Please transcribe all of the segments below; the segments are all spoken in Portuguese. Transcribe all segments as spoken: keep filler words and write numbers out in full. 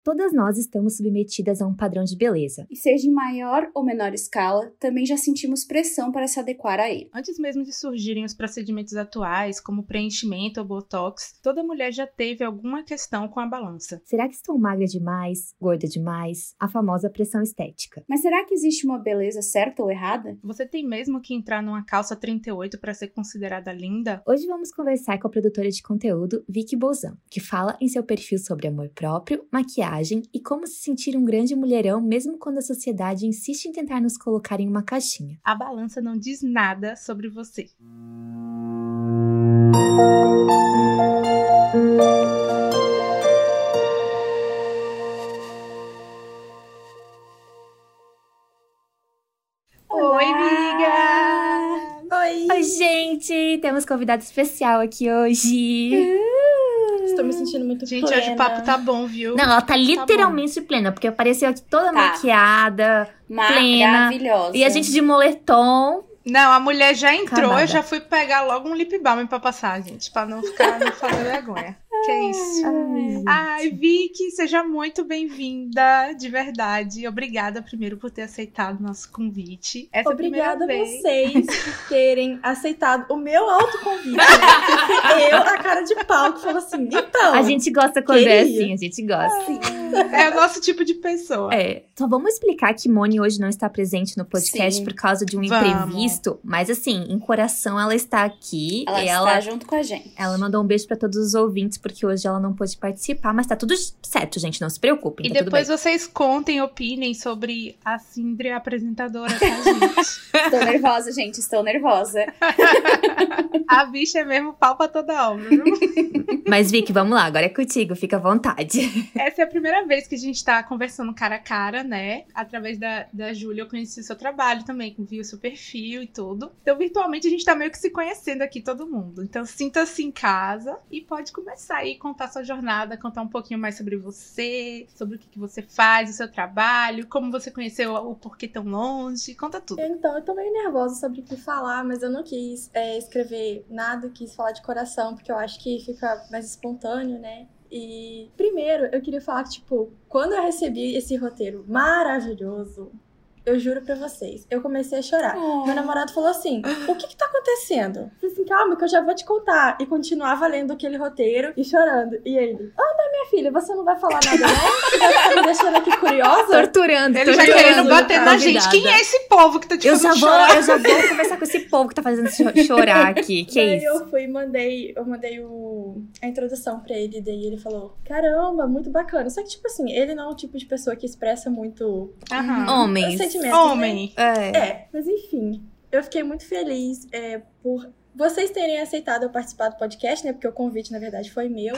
Todas nós estamos submetidas a um padrão de beleza. E seja em maior ou menor escala, também já sentimos pressão para se adequar a ele. Antes mesmo de surgirem os procedimentos atuais, como preenchimento ou botox, toda mulher já teve alguma questão com a balança. Será que estou magra demais? Gorda demais? A famosa pressão estética. Mas será que existe uma beleza certa ou errada? Você tem mesmo que entrar numa calça trinta e oito para ser considerada linda? Hoje vamos conversar com a produtora de conteúdo Vicky Bolzan, que fala em seu perfil sobre amor próprio, maquiagem e como se sentir um grande mulherão mesmo quando a sociedade insiste em tentar nos colocar em uma caixinha. A balança não diz nada sobre você. Oi, amiga! Oi! Oi, gente! Temos convidado especial aqui hoje. Estou me sentindo muito Gente, plena. hoje o papo tá bom, viu? Não, ela tá literalmente plena, porque apareceu aqui toda Tá. maquiada, plena. Maravilhosa. E a gente de moletom. Não, a mulher já entrou, Acabada. eu já fui pegar logo um lip balm pra passar, gente, pra não ficar não fazer vergonha. Que é isso? Ai, Ai, Vicky, seja muito bem-vinda, de verdade. Obrigada primeiro por ter aceitado o nosso convite. Essa Obrigada é a a primeira vez. vocês por terem aceitado o meu autoconvite, né? Porque eu, a cara de pau, que falou assim, então... a gente gosta quando é queria. assim, a gente gosta. É o nosso tipo de pessoa. É. Então vamos explicar que Moni hoje não está presente no podcast Sim. por causa de um Vamos. imprevisto. Mas assim, em coração ela está aqui. Ela e está ela, junto com a gente. ela mandou um beijo pra todos os ouvintes, porque hoje ela não pôde participar. Mas tá tudo certo, gente. Não se preocupem. E tá tudo depois bem. vocês contem, opinem sobre a Sindri, a apresentadora, tá, gente? Estou nervosa, gente. Estou nervosa. A bicha é mesmo pau pra toda obra, viu? Mas Vicky, vamos lá. Agora é contigo. Fica à vontade. Essa é a primeira vez que a gente tá conversando cara a cara, né? Através da, da Júlia, eu conheci o seu trabalho também, vi o seu perfil e tudo. Então, virtualmente, a gente tá meio que se conhecendo aqui, todo mundo. Então, sinta-se em casa e pode começar aí, contar sua jornada, contar um pouquinho mais sobre você, sobre o que, que você faz, o seu trabalho, como você conheceu o Porquê Tão Longe. Conta tudo. Então, eu tô meio nervosa sobre o que falar, mas eu não quis é, escrever nada, quis falar de coração, porque eu acho que fica mais espontâneo, né? E, primeiro, eu queria falar que, tipo, quando eu recebi esse roteiro maravilhoso, eu juro pra vocês, eu comecei a chorar. Oh. Meu namorado falou assim, o que que tá acontecendo? Eu falei assim, calma que eu já vou te contar. E continuava lendo aquele roteiro e chorando. E ele, anda minha filha, você não vai falar nada não? Você vai ficar me deixando aqui curiosa? Torturando. Ele já torturando querendo bater a na convidada. gente. Quem é esse povo que tá te Eu já, fazendo vou, chorar? eu já vou conversar com esse povo que tá fazendo cho- chorar aqui. Que é Daí isso? eu fui e mandei, eu mandei o, a introdução pra ele, daí ele falou, caramba, muito bacana. Só que, tipo assim, ele não é o tipo de pessoa que expressa muito Aham. Homens. sentimentos, né? Homem. É. É, mas enfim, eu fiquei muito feliz é, por vocês terem aceitado eu participar do podcast, né? Porque o convite, na verdade, foi meu.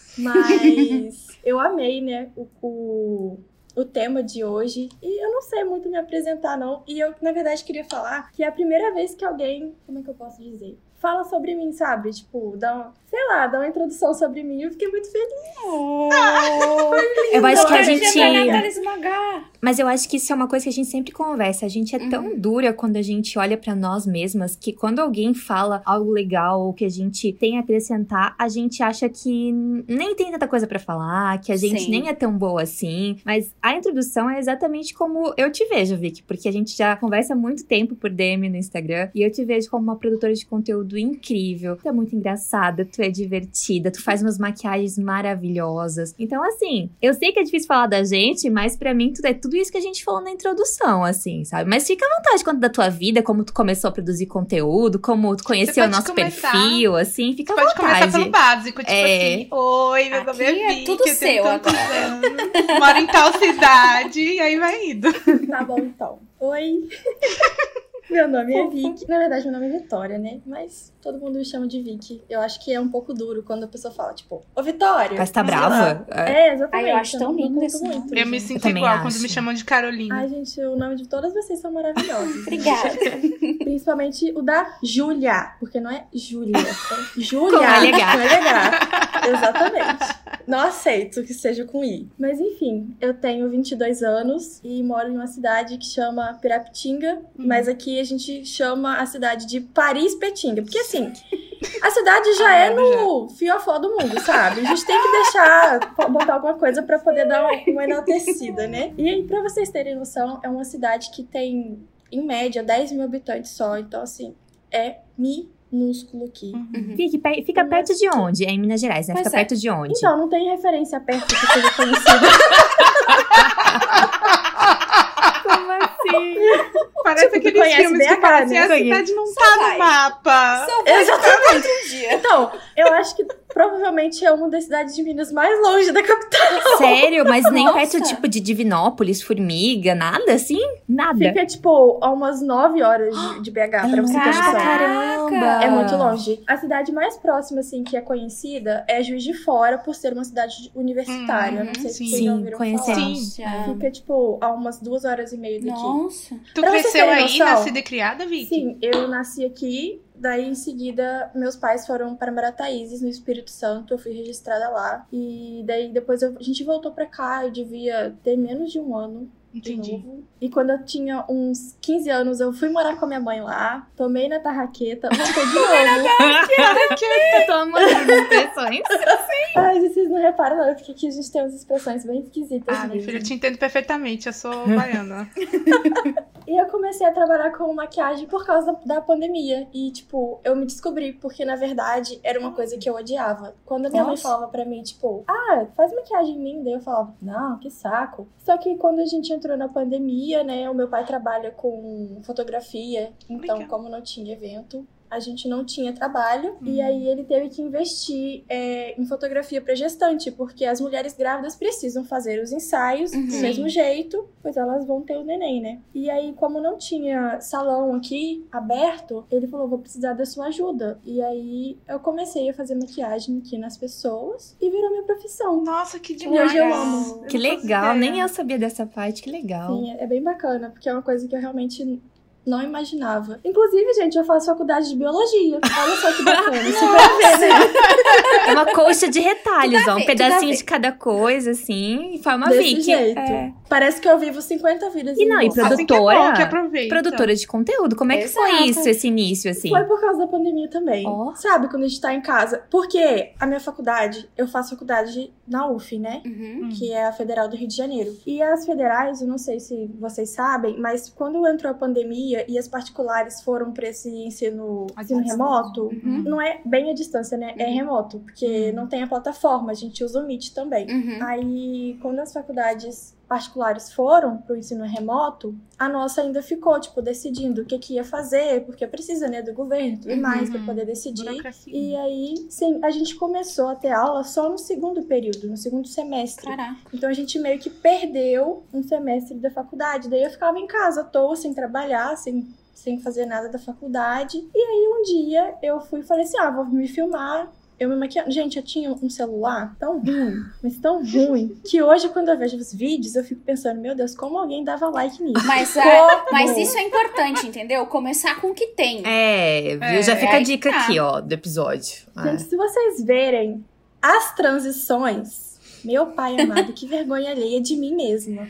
Mas eu amei, né, o, o, o tema de hoje. E eu não sei muito me apresentar, não. E eu, na verdade, queria falar que é a primeira vez que alguém, como é que eu posso dizer? Fala sobre mim, sabe? Tipo, dá uma, sei lá, dá uma introdução sobre mim. Eu fiquei muito feliz. Oh. Eu acho que a Agora gente... já vai Natália esmagar. Mas eu acho que isso é uma coisa que a gente sempre conversa. A gente é tão Uhum. dura quando a gente olha pra nós mesmas que quando alguém fala algo legal ou que a gente tem a acrescentar, a gente acha que nem tem tanta coisa pra falar, que a gente Sim. nem é tão boa assim. Mas a introdução é exatamente como eu te vejo, Vicky, porque a gente já conversa há muito tempo por D M no Instagram e eu te vejo como uma produtora de conteúdo incrível. Tu é muito engraçada, tu é divertida, tu faz umas maquiagens maravilhosas. Então, assim, eu sei que é difícil falar da gente, mas pra mim tudo é tudo isso que a gente falou na introdução, assim, sabe? Mas fica à vontade, conta da tua vida, como tu começou a produzir conteúdo, como tu conheceu o pode nosso começar- perfil, assim, fica à Pode vontade. começar pelo básico, tipo É. assim, oi, meu nome Aqui é é Vicky, tudo eu tenho seu tantos agora. anos, moro em tal cidade, e aí vai indo. Tá bom, então. Oi. Meu nome é Vicky. Na verdade, meu nome é Vitória, né? Mas todo mundo me chama de Vicky. Eu acho que é um pouco duro quando a pessoa fala, tipo, ô Vitória. Mas tá sei brava? lá. É. É, exatamente. Ai, eu acho tão não lindo curto esse nome. muito, Eu me gente. sinto também igual acho. quando me chamam de Carolina. Ai, gente, o nome de todas vocês são maravilhosos. Obrigada. Principalmente o da Júlia, porque não é Júlia, é Júlia. Com L H. Com L H. Exatamente. Não aceito que seja com I. Mas enfim, eu tenho vinte e dois anos e moro em uma cidade que chama Pirapitinga, mas aqui a gente chama a cidade de Paris Petinga. Porque assim, A cidade já é no fiofó do mundo, sabe? A gente tem que deixar, botar alguma coisa pra poder dar uma enaltecida, né? E aí, pra vocês terem noção, é uma cidade que tem, em média, dez mil habitantes só. Então, assim, é minúsculo aqui. Uhum. Fica, fica perto de onde? É em Minas Gerais, né? Pois Fica é. perto de onde? Então, não tem referência perto que seja conhecida. Como assim? Parece Tipo, tu aqueles conhece filmes B H, que parecem né? a cidade não Só tá vai. no mapa. Só vai Exatamente. outro dia. Então, eu acho que provavelmente é uma das cidades de Minas mais longe da capital. Sério? Mas nem Nossa. perto, tipo, de Divinópolis, Formiga, nada assim? Nada. Fica, tipo, a umas nove horas de, de B H, pra você ter noção. Caramba! É muito longe. A cidade mais próxima, assim, que é conhecida é Juiz de Fora, por ser uma cidade universitária. Uhum, Não sei se sim. vocês já Sim, ouviram conhecemos. falar. Já. Fica, tipo, a umas duas horas e meia daqui. Nossa. Tu Pra vocês cresceu terem aí, noção? nascida e criada, Vicky? Sim, eu nasci aqui, daí em seguida meus pais foram para Marataízes, no Espírito Santo, eu fui registrada lá. E daí depois eu- a gente voltou pra cá, eu devia ter menos de um ano. De Entendi. novo. E quando eu tinha uns quinze anos, eu fui morar com a minha mãe lá, tomei na tarraqueta, voltei de novo. Eu tô amando as expressões. Ai, vocês não reparam não, porque aqui a gente tem umas expressões bem esquisitas Ah, minha mesmo. filha, eu te entendo perfeitamente. Eu sou baiana. E eu comecei a trabalhar com maquiagem por causa da, da pandemia. E, tipo, eu me descobri, porque, na verdade, era uma coisa que eu odiava. Quando a minha mãe Nossa. falava pra mim, tipo, ah, faz maquiagem em mim, daí eu falava, não, que saco. Só que quando a gente entrou na pandemia, né, o meu pai trabalha com fotografia, então, Legal. como não tinha evento, a gente não tinha trabalho, Hum. e aí ele teve que investir é, em fotografia pra gestante, porque as mulheres grávidas precisam fazer os ensaios Uhum. do Sim. mesmo jeito, pois elas vão ter o neném, né? E aí, como não tinha salão aqui aberto, ele falou, vou precisar da sua ajuda. E aí, eu comecei a fazer maquiagem aqui nas pessoas, e virou minha profissão. Nossa, que E demais. hoje eu amo. Que Eu não faço legal, ideia. nem eu sabia dessa parte, que legal. Sim, é bem bacana, porque é uma coisa que eu realmente não imaginava. Inclusive, gente, eu faço faculdade de biologia. Olha só que bacana. Isso pra ver, né? É uma coxa de retalhos, Tudo a ó. Um ver, tudo a pedacinho ver. de cada coisa, assim, e forma Desse Vicky. jeito. É. Parece que eu vivo cinquenta vidas. E em não, e uma. produtora- Assim que é bom, que aproveita. Produtora de conteúdo, como é que foi Exato. isso, esse início, assim? Foi por causa da pandemia também. Ó. Sabe, quando a gente tá em casa. Porque a minha faculdade, eu faço faculdade na U F, né? Uhum. Que é a Federal do Rio de Janeiro. E as federais, eu não sei se vocês sabem, mas quando entrou a pandemia e as particulares foram pra esse ensino, A ensino distância. remoto, Uhum. não é bem a distância, né? É Uhum. remoto, porque não tem a plataforma, a gente usa o Meet também. Uhum. Aí, quando as faculdades particulares foram pro ensino remoto, a nossa ainda ficou, tipo, decidindo o que que ia fazer, porque precisa, né, do governo e tudo Uhum. mais pra poder decidir. Burocracia. E aí, sim, a gente começou a ter aula só no segundo período, no segundo semestre. Caraca. Então a gente meio que perdeu um semestre da faculdade. Daí eu ficava em casa à toa, sem trabalhar, sem, sem fazer nada da faculdade. E aí um dia eu fui e falei assim, ah, vou me filmar. Eu me maquiando. Gente, eu tinha um celular tão ruim, mas tão ruim, que hoje quando eu vejo os vídeos, eu fico pensando, meu Deus, como alguém dava like nisso? Mas, é, Como? mas isso é importante, entendeu? Começar com o que tem. É, viu? É, Já fica aí a dica tá. aqui, ó, do episódio. Ah. Gente, se vocês verem as transições, meu pai amado, que vergonha alheia de mim mesma.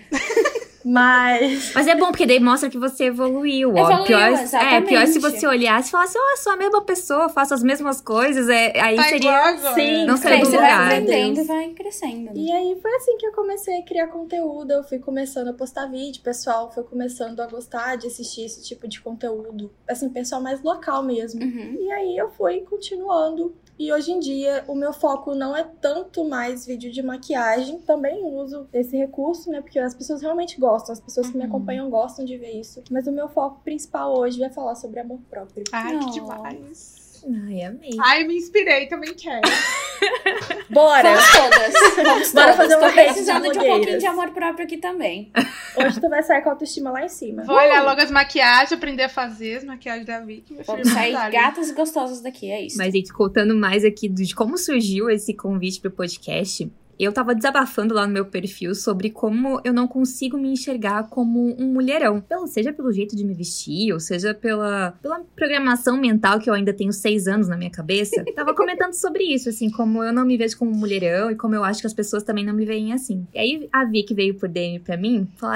Mas... Mas é bom, porque daí mostra que você evoluiu, ó. Evoluiu, pior, é, exatamente. pior se você olhasse e falasse, ó, sou a mesma pessoa, faço as mesmas coisas, é, aí Tá seria... igual agora. Sim, Não saiu Aí do você lugar. vai Meu aprendendo Deus. e vai crescendo. né? E aí foi assim que eu comecei a criar conteúdo, eu fui começando a postar vídeo, o pessoal foi começando a gostar de assistir esse tipo de conteúdo, assim, pessoal mais local mesmo. Uhum. E aí eu fui continuando. E hoje em dia o meu foco não é tanto mais vídeo de maquiagem, também uso esse recurso, né, porque as pessoas realmente gostam, as pessoas que me Uhum. acompanham gostam de ver isso. Mas o meu foco principal hoje é falar sobre amor próprio. Ai, Não. que demais. Ai, amei. Ai, me inspirei, também quero. Bora! Vamos todas. Vamos Bora todas. fazer uma Tô rede de precisando de um blogueiras. pouquinho de amor próprio aqui também. Hoje tu vai sair com a autoestima lá em cima. Vou olhar logo as maquiagens, aprender a fazer as maquiagens da Vicky. Meu filho, Vamos sair vamos dar, gatas e gostosas daqui, é isso. Mas, gente, contando mais aqui de como surgiu esse convite pro podcast, eu tava desabafando lá no meu perfil sobre como eu não consigo me enxergar como um mulherão. Pelo, seja pelo jeito de me vestir, ou seja pela, pela programação mental que eu ainda tenho seis anos na minha cabeça. Tava comentando sobre isso, assim, como eu não me vejo como mulherão e como eu acho que as pessoas também não me veem assim. E aí a Vicky veio por D M pra mim falar assim,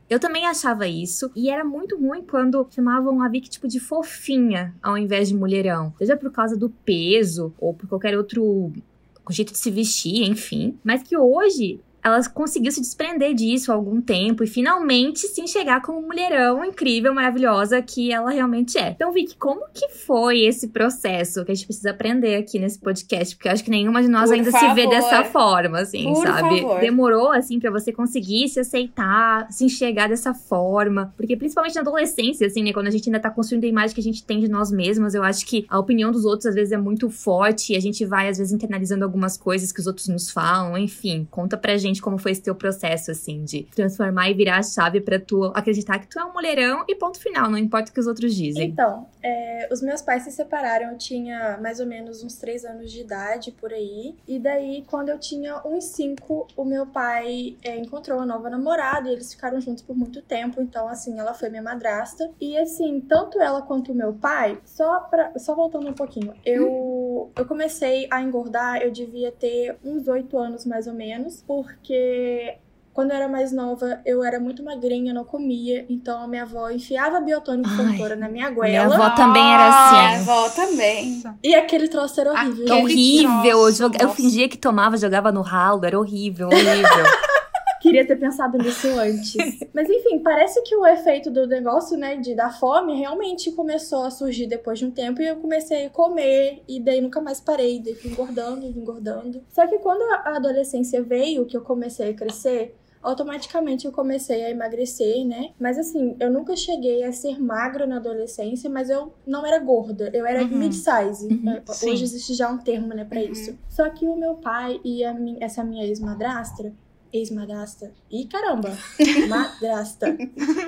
Eu também achava isso. E era muito ruim quando chamavam a Vicky, tipo, de fofinha, ao invés de mulherão. Seja por causa do peso, ou por qualquer outro jeito de se vestir, enfim. Mas que hoje ela conseguiu se desprender disso há algum tempo e finalmente se enxergar como mulherão incrível, maravilhosa que ela realmente é. Então, Vicky, como que foi esse processo que a gente precisa aprender aqui nesse podcast? Porque eu acho que nenhuma de nós Por ainda favor. se vê dessa forma, assim, Por sabe? favor. Demorou, assim, pra você conseguir se aceitar, se enxergar dessa forma. Porque principalmente na adolescência, assim, né? Quando a gente ainda tá construindo a imagem que a gente tem de nós mesmas, eu acho que a opinião dos outros, às vezes, é muito forte e a gente vai, às vezes, internalizando algumas coisas que os outros nos falam. Enfim, conta pra gente como foi esse teu processo, assim, de transformar e virar a chave pra tu acreditar que tu é um mulherão e ponto final, não importa o que os outros dizem. Então, é, os meus pais se separaram, eu tinha mais ou menos uns três anos de idade, por aí. E daí, quando eu tinha uns cinco, o meu pai é, encontrou uma nova namorada e eles ficaram juntos por muito tempo. Então, assim, ela foi minha madrasta. E, assim, tanto ela quanto o meu pai, só, pra, só voltando um pouquinho, eu, eu comecei a engordar, eu devia ter uns oito anos, mais ou menos, porque quando eu era mais nova, eu era muito magrinha, não comia. Então, a minha avó enfiava biotônico Fontoura na minha goela. Minha avó também era assim. Minha avó também. E aquele troço era horrível. Aquele Horrível. troço, Eu, joga- eu nossa. fingia que tomava, jogava no ralo. Era horrível, horrível. Queria ter pensado nisso antes. Mas enfim, parece que o efeito do negócio, né, de da fome, realmente começou a surgir depois de um tempo. E eu comecei a comer, e daí nunca mais parei. Daí fui engordando, engordando. Só que quando a adolescência veio, que eu comecei a crescer, automaticamente eu comecei a emagrecer, né? Mas assim, eu nunca cheguei a ser magra na adolescência, mas eu não era gorda. Eu era Uhum. mid-size. Uhum, sim. Hoje existe já um termo, né, pra Uhum. isso. Só que o meu pai e a mi- essa minha ex-madrastra, ex-madrasta, ih, caramba, madrasta,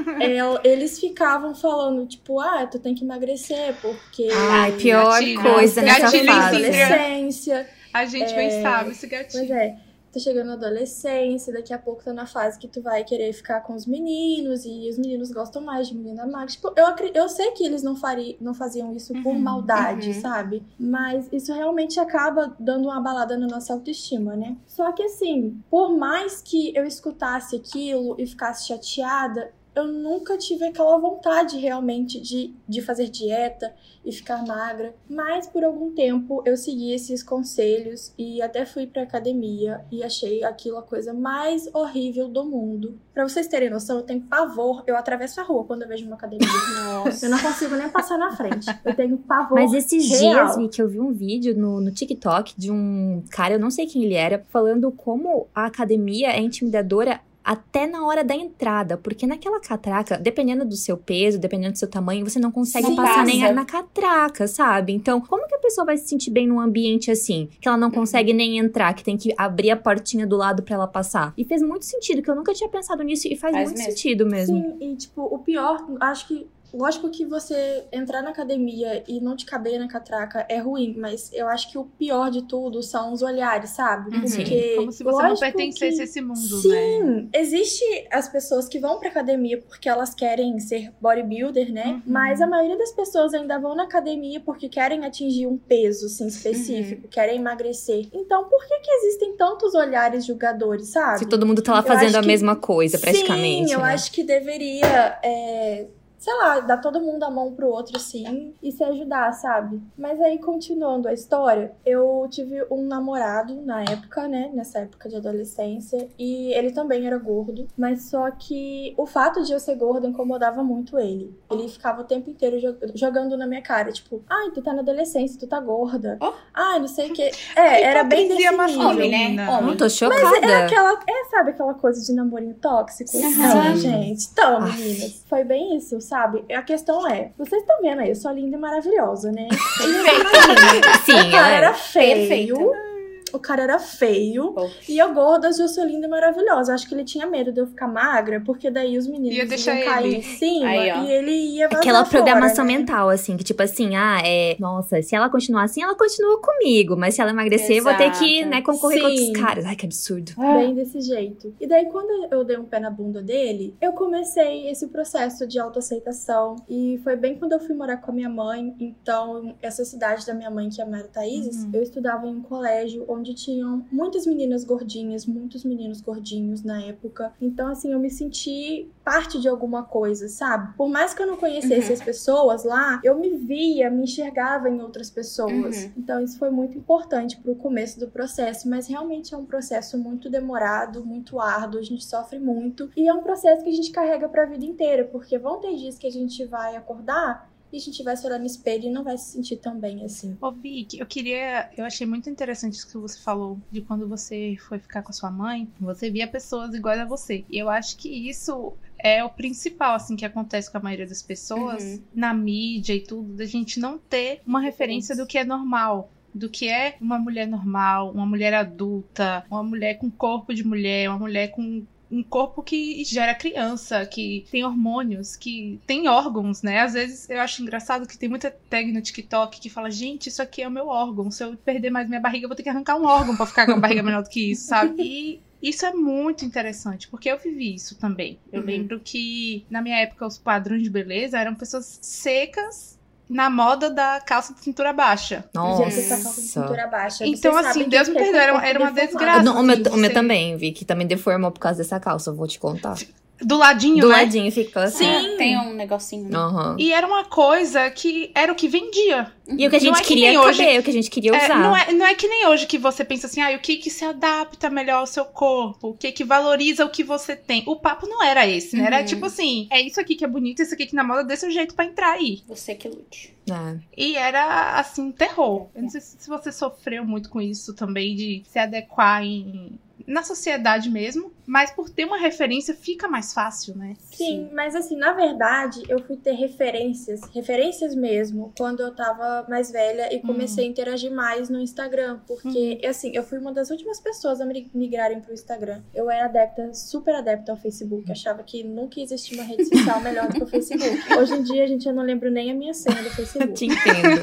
El- eles ficavam falando, tipo, ah, tu tem que emagrecer, porque... Ai, pior Gatilho. coisa nessa Gatilho em fase. cima. adolescência. A gente bem É, sabe esse Pois gatinho. é, tá chegando na adolescência, daqui a pouco tá na fase que tu vai querer ficar com os meninos, e os meninos gostam mais de menina magra. Tipo, eu, acre- eu sei que eles não, fari, não faziam isso por Uhum, maldade, uhum. sabe? Mas isso realmente acaba dando uma abalada na nossa autoestima, né? Só que assim, por mais que eu escutasse aquilo e ficasse chateada, eu nunca tive aquela vontade realmente de, de fazer dieta e ficar magra. Mas por algum tempo eu segui esses conselhos e até fui pra academia e achei aquilo a coisa mais horrível do mundo. Pra vocês terem noção, eu tenho pavor. Eu atravesso a rua quando eu vejo uma academia. Nossa. Eu não consigo nem passar na frente. Eu tenho pavor. Mas esses real. dias, Vi, que eu vi um vídeo no, no TikTok de um cara, eu não sei quem ele era, falando como a academia é intimidadora até na hora da entrada, porque naquela catraca, dependendo do seu peso, dependendo do seu tamanho, você não consegue Sim, passar nem passa. na catraca, sabe? Então, como que a pessoa vai se sentir bem num ambiente assim, que ela não consegue nem entrar, que tem que abrir a portinha do lado pra ela passar? E fez muito sentido, que eu nunca tinha pensado nisso, e faz, Faz muito mesmo. sentido mesmo. Sim, e tipo, o pior, acho que lógico que você entrar na academia e não te caber na catraca é ruim, mas eu acho que o pior de tudo são os olhares, sabe? Uhum. Porque Como se você não lógico pertencesse que- a esse mundo, Sim, né? existe as pessoas que vão pra academia porque elas querem ser bodybuilder, né? Uhum. Mas a maioria das pessoas ainda vão na academia porque querem atingir um peso, assim, específico, querem emagrecer. Então, por que que existem tantos olhares julgadores, sabe? Se todo mundo tá lá Eu fazendo acho a que- mesma coisa, praticamente, Sim, eu né? acho que deveria, é, sei lá, dar todo mundo a mão pro outro, assim, e se ajudar, sabe? Mas aí, continuando a história, eu tive um namorado na época, né? Nessa época de adolescência, e ele também era gordo, mas só que o fato de eu ser gorda incomodava muito ele. Ele ficava o tempo inteiro jo- jogando na minha cara, tipo, ai, tu tá na adolescência, tu tá gorda. Oh. Ai, não sei o quê. É, era bem desse Hipocrisia nível. Homem, né? masculina. Homem. Não, tô chocada. É aquela, é, sabe aquela coisa de namorinho tóxico? Aham. Então, gente, então, Aff. meninas, foi bem isso, sabe? A questão é, vocês estão vendo aí, eu sou linda e maravilhosa, né? Sim, O cara ela era feio, Perfeita. o cara era feio, Pô. e eu gorda, eu sou linda e maravilhosa. Acho que ele tinha medo de eu ficar magra, porque daí os meninos Ia deixar iam cair ele. em cima Aí, ó. e ele ia vazar Aquela programação fora, né? mental, assim, que tipo assim, ah, é. Nossa, se ela continuar assim, ela continua comigo. Mas se ela emagrecer, eu vou ter que, Exato. né, concorrer com Sim. outros caras. Ai, que absurdo. Bem desse jeito. E daí, quando eu dei um pé na bunda dele, eu comecei esse processo de autoaceitação. E foi bem quando eu fui morar com a minha mãe. Então, essa cidade da minha mãe, que é a Mara Thaíses, Uhum. eu estudava em um colégio onde onde tinham muitas meninas gordinhas, muitos meninos gordinhos na época. Então, assim, eu me senti parte de alguma coisa, sabe? Por mais que eu não conhecesse uhum. as pessoas lá, eu me via, me enxergava em outras pessoas. Uhum. Então, isso foi muito importante pro começo do processo, mas realmente é um processo muito demorado, muito árduo, a gente sofre muito. E é um processo que a gente carrega pra vida inteira, porque vão ter dias que a gente vai acordar e a gente vai se olhar no espelho e não vai se sentir tão bem assim. Ô, Vic, eu queria... Eu achei muito interessante isso que você falou, de quando você foi ficar com a sua mãe, você via pessoas iguais a você. E eu acho que isso é o principal, assim, que acontece com a maioria das pessoas, uhum. na mídia e tudo, da gente não ter uma referência do que é normal. Do que é uma mulher normal, uma mulher adulta, uma mulher com corpo de mulher, uma mulher com um corpo que gera criança, que tem hormônios, que tem órgãos, né? Às vezes eu acho engraçado que tem muita tag no TikTok que fala, gente, isso aqui é o meu órgão, se eu perder mais minha barriga, eu vou ter que arrancar um órgão pra ficar com a barriga menor do que isso, sabe? E isso é muito interessante, porque eu vivi isso também. Eu uhum. lembro que, na minha época, os padrões de beleza eram pessoas secas, na moda da calça de cintura baixa. Nossa. Essa calça de cintura baixa. Então, Vocês assim, Deus me perdoe, era, era uma desgraça. Não, o meu, assim, o meu também, vi, que também deformou por causa dessa calça, eu vou te contar. Do ladinho, Do né? ladinho fica assim. Sim. É, tem um negocinho. Né? Uhum. E era uma coisa que era o que vendia. E o que a gente é queria que hoje, caber, o que a gente queria usar. É, não, é, não é que nem hoje que você pensa assim, ah, o que que se adapta melhor ao seu corpo, o que que valoriza o que você tem. O papo não era esse, né? Uhum. Era tipo assim, é isso aqui que é bonito, isso aqui que na moda desse jeito pra entrar aí. Você que lute. É. E era, assim, um terror. Eu não sei se você sofreu muito com isso também, de se adequar em... na sociedade mesmo, mas por ter uma referência fica mais fácil, né? Sim, Sim, mas assim, na verdade, eu fui ter referências, referências mesmo, quando eu tava mais velha e comecei hum. a interagir mais no Instagram, porque, hum. assim, eu fui uma das últimas pessoas a migrarem pro Instagram. Eu era adepta, super adepta ao Facebook, achava que nunca existia uma rede social melhor do que o Facebook. Hoje em dia, a gente, eu não lembro nem a minha senha do Facebook. Te entendo.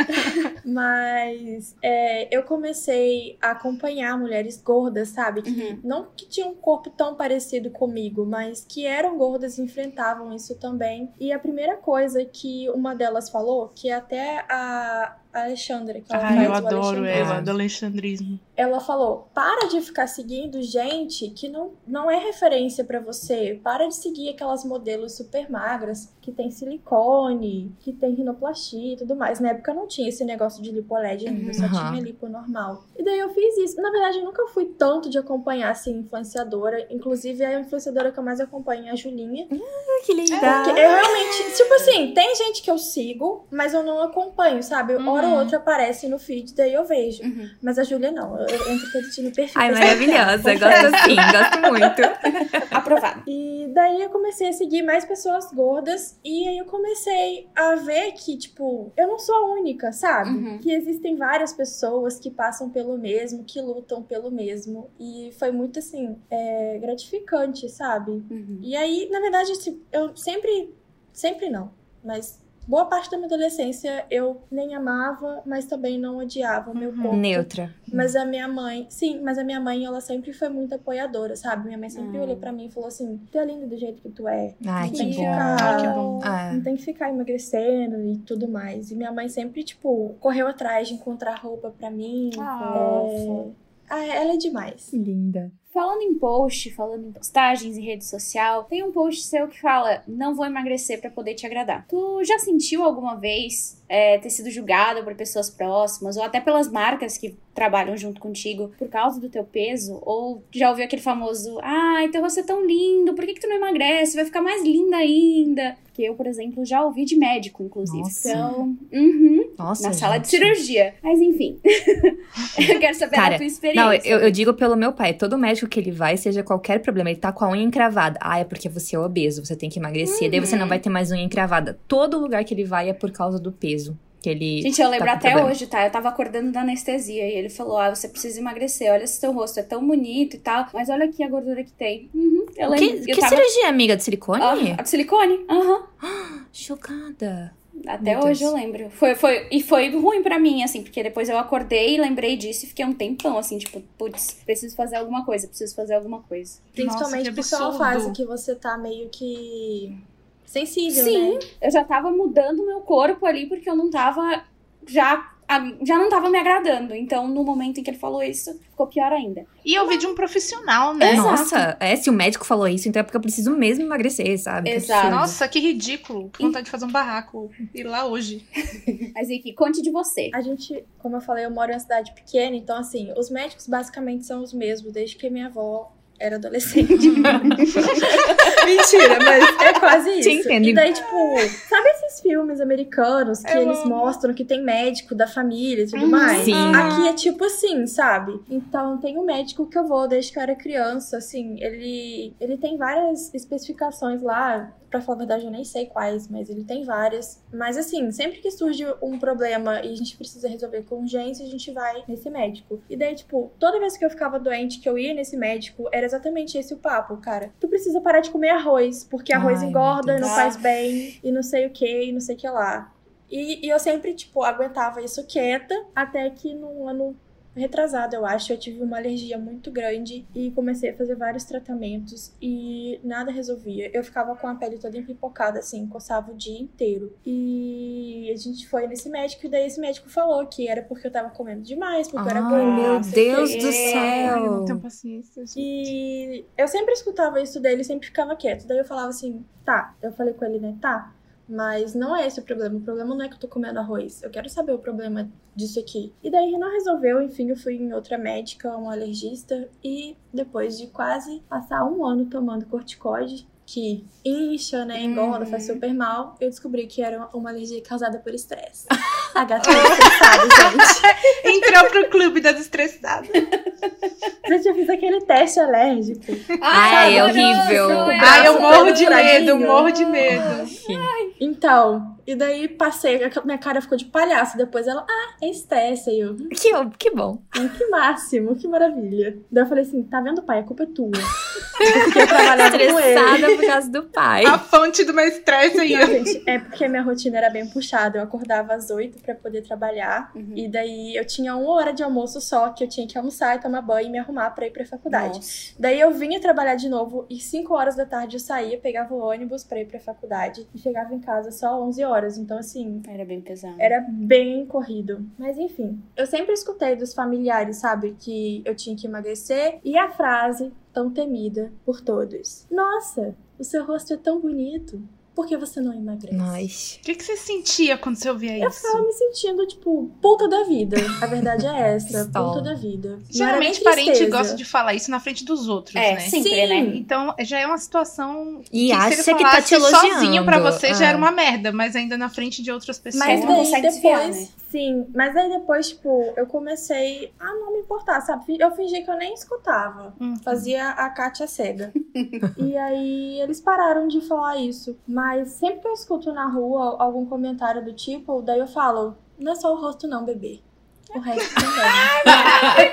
Mas é, eu comecei a acompanhar mulheres gordas, sabe? Que, uhum. Não que tinham um corpo tão parecido comigo, mas que eram gordas e enfrentavam isso também. E a primeira coisa que uma delas falou, que até a Alexandra, que ela ah, faz eu o adoro ela, do alexandrismo. Ela falou, para de ficar seguindo gente que não, não é referência pra você. Para de seguir aquelas modelos super magras, que tem silicone, que tem rinoplastia e tudo mais. Na época não tinha esse negócio de lipo L E D ainda, uhum. só tinha lipo normal. E daí eu fiz isso. Na verdade, eu nunca fui tanto de acompanhar, assim, influenciadora. Inclusive, a influenciadora que eu mais acompanho é a Julinha. Ah, que linda! Porque eu realmente, tipo assim, tem gente que eu sigo, mas eu não acompanho, sabe? Uhum. Hora ou outra aparece no feed, daí eu vejo. Uhum. Mas a Júlia não. Eu, eu entro todo dia no perfil. Ai, maravilhosa. Eu gosto assim, gosto muito. Aprovado. E daí eu comecei a seguir mais pessoas gordas. E aí eu comecei a ver que, tipo, eu não sou a única, sabe? Uhum. Que existem várias pessoas que passam pelo mesmo, que lutam pelo mesmo. E foi muito, assim, é, gratificante, sabe? Uhum. E aí, na verdade, eu sempre... Sempre não, mas... Boa parte da minha adolescência eu nem amava, mas também não odiava o meu uhum. corpo. Neutra. Mas a minha mãe... Sim, mas a minha mãe, ela sempre foi muito apoiadora, sabe? Minha mãe sempre uhum. olhou pra mim e falou assim, tu é linda do jeito que tu é. Ai, não que tem bom. Que ficar, ah, que bom. Não tem que ficar emagrecendo e tudo mais. E minha mãe sempre, tipo, correu atrás de encontrar roupa pra mim. Ah, é... ah, ela é demais. Linda. Falando em post, falando em postagens em rede social, tem um post seu que fala, não vou emagrecer pra poder te agradar. Tu já sentiu alguma vez é, ter sido julgada por pessoas próximas, ou até pelas marcas que trabalham junto contigo, por causa do teu peso? Ou já ouviu aquele famoso, ai, teu rosto é tão lindo, por que que tu não emagrece? Vai ficar mais linda ainda. Porque eu, por exemplo, já ouvi de médico, inclusive. Nossa. Então, uhum, Nossa, na sala gente. de cirurgia. Mas enfim, eu quero saber Cara, da tua experiência. Não, eu, eu digo pelo meu pai, todo médico que ele vai, seja qualquer problema, ele tá com a unha encravada. Ah, é porque você é obeso, você tem que emagrecer, uhum. daí você não vai ter mais unha encravada. Todo lugar que ele vai é por causa do peso. Que ele Gente, eu lembro tá até problema. hoje, tá? Eu tava acordando da anestesia e ele falou, ah, você precisa emagrecer, olha se teu rosto é tão bonito e tal, mas olha aqui a gordura que tem. Uhum, eu lembro. Que, eu que tava... cirurgia, amiga? De silicone? Ah, a de silicone, aham. Uhum. Chocada. Até Meu hoje Deus. eu lembro. Foi, foi, e foi ruim pra mim, assim, porque depois eu acordei e lembrei disso e fiquei um tempão, assim, tipo, putz, preciso fazer alguma coisa, preciso fazer alguma coisa. Principalmente Nossa, por ser uma fase que você tá meio que sensível, Sim, né? eu já tava mudando meu corpo ali porque eu não tava já já não tava me agradando. Então, no momento em que ele falou isso, ficou pior ainda. E eu vi de um profissional, né? Exato. Nossa, é, se o médico falou isso, então é porque eu preciso mesmo emagrecer, sabe? Que Exato. absurdo. Nossa, que ridículo. Que vontade de fazer um barraco. Ir lá hoje. Mas, Vicky, conte de você. A gente, como eu falei, eu moro em uma cidade pequena, então, assim, os médicos basicamente são os mesmos, desde que minha avó era adolescente. Mentira, mas é quase isso. Te entendo. E daí, tipo, sabe esses filmes americanos que Eu eles amo. mostram que tem médico da família e tudo Uhum. mais? Sim. Aqui é tipo assim, sabe? Então, tem um médico que eu vou desde que eu era criança, assim, ele, ele tem várias especificações lá. Pra falar a verdade, eu nem sei quais, mas ele tem várias. Mas assim, sempre que surge um problema e a gente precisa resolver com urgência, a gente vai nesse médico. E daí, tipo, toda vez que eu ficava doente, que eu ia nesse médico, era exatamente esse o papo, cara. Tu precisa parar de comer arroz, porque arroz Ai, engorda meu e não Deus. faz bem, e não sei o que, e não sei o que lá. E, e eu sempre, tipo, aguentava isso quieta, até que no ano retrasado, eu acho, eu tive uma alergia muito grande e comecei a fazer vários tratamentos e nada resolvia. Eu ficava com a pele toda empipocada, assim, coçava o dia inteiro. E a gente foi nesse médico e daí esse médico falou que era porque eu tava comendo demais, porque eu era Ai, gorda. meu não sei o Deus quê. do Ai, eu não céu. tenho paciência. gente. E eu sempre escutava isso dele e sempre ficava quieto. Daí eu falava assim, tá. Eu falei com ele, né, tá. Mas não é esse o problema. O problema não é que eu tô comendo arroz. Eu quero saber o problema disso aqui. E daí não resolveu. Enfim, eu fui em outra médica, um alergista. E depois de quase passar um ano tomando corticoide, que incha, né, engorda, Uhum. faz super mal, eu descobri que era uma alergia causada por estresse. A gata tá estressada, gente. Entrou pro clube das estressadas. Gente, eu fiz aquele teste alérgico. Ai, é horroroso, horrível. é. Ai, eu braço morro todo de medo, furadinho. morro de medo. Enfim. Então, e daí passei, a minha cara ficou de palhaço. Depois ela, ah, é estresse. Aí eu, Que, que bom. "Hum, que máximo, que maravilha. Daí eu falei assim, tá vendo, pai? A culpa é tua. Eu fiquei trabalhando com ele. Estressada por causa do pai. A fonte do meu estresse aí. Não, gente, é porque minha rotina era bem puxada. Eu acordava às oito pra poder trabalhar. Uhum. E daí eu tinha uma hora de almoço só, que eu tinha que almoçar e tomar banho e me arrumar pra ir pra faculdade. Nossa. Daí eu vinha trabalhar de novo e cinco horas da tarde eu saía, pegava o ônibus pra ir pra faculdade e chegava em casa só onze horas. Então, assim, Era bem pesado. era bem corrido. Mas enfim, eu sempre escutei dos familiares, sabe, que eu tinha que emagrecer. E a frase tão temida por todos: nossa, o seu rosto é tão bonito. Por que você não emagrece? Nós. O que, que você sentia quando você ouvia Eu isso? ficava me sentindo, tipo, puta da vida. A verdade é essa, Só. puta da vida. Não era Geralmente, nem parente tristeza. gosta de falar isso na frente dos outros, É, né? sempre, Sim. né? Então, já é uma situação E que acha se ele que tá te falasse elogiando. sozinho pra você já Ah. era uma merda, mas ainda na frente de outras pessoas. Mas não daí consegue desviar, depois, né? sim, mas daí depois, tipo, eu comecei a não me importar, sabe? Eu fingi que eu nem escutava. Uhum. Fazia a Kátia cega. E aí eles pararam de falar isso. Mas sempre que eu escuto na rua algum comentário do tipo, daí eu falo, não é só o rosto não, bebê. O resto também.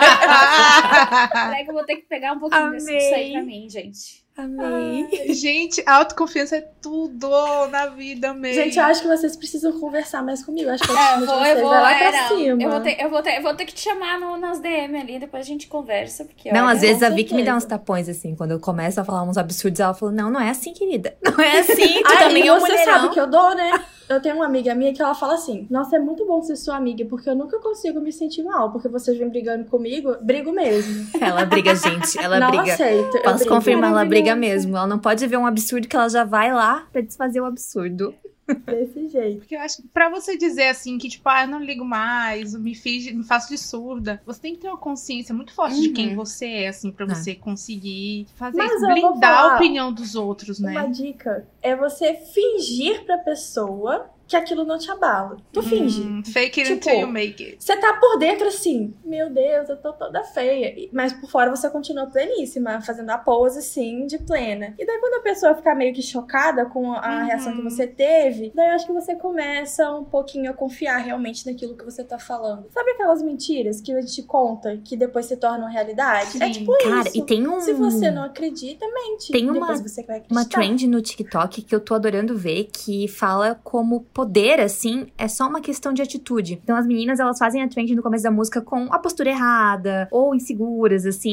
Peraí que eu vou ter que pegar um pouquinho desse- disso aí pra mim, gente. Amei. Gente, autoconfiança é tudo na vida mesmo. Gente, eu acho que vocês precisam conversar mais comigo. Eu acho que a É, eu atitude vou, de eu vocês vou, vai lá é, pra não. cima. Eu vou, ter, eu, vou ter, eu vou ter que te chamar no, nas D M ali, depois a gente conversa, porque Não, olha, às vezes com a Vicky me dá uns certeza. tapões, assim. Quando eu começo a falar uns absurdos, ela fala, não, não é assim, querida. Não é assim, tu Ai, também e é um você mulherão. sabe que eu dou, né? Eu tenho uma amiga minha que ela fala assim, nossa, é muito bom ser sua amiga, porque eu nunca consigo me sentir mal, porque vocês vêm brigando comigo, brigo mesmo. Ela briga, gente. Ela não briga. aceito. eu Posso brigo. confirmar, ela briga Maravilhoso. mesmo. Ela não pode ver um absurdo que ela já vai lá pra desfazer o absurdo. Desse jeito. Porque eu acho que pra você dizer assim que, tipo, ah, eu não ligo mais, eu me, fiz, me faço de surda, você tem que ter uma consciência muito forte de Uhum. quem você é, assim, pra Ah. você conseguir fazer Mas isso, eu vou blindar falar a opinião dos outros, né? Uma dica é você fingir pra pessoa que aquilo não te abala. Tu finge. Hum, fake it Tipo, until you make it. Você tá por dentro assim, meu Deus, eu tô toda feia. E- Mas por fora você continua pleníssima, fazendo a pose, assim, de plena. E daí quando a pessoa ficar meio que chocada com a Uhum. reação que você teve, daí eu acho que você começa um pouquinho a confiar realmente naquilo que você tá falando. Sabe aquelas mentiras que a gente conta que depois se tornam realidade? É Sim. tipo Cara, isso. e tem um... Se você não acredita, mente. Tem uma- Depois você vai acreditar. Uma trend no TikTok que eu tô adorando ver, que fala como poder, assim, é só uma questão de atitude. Então as meninas, elas fazem a trend no começo da música com a postura errada, ou inseguras, assim. E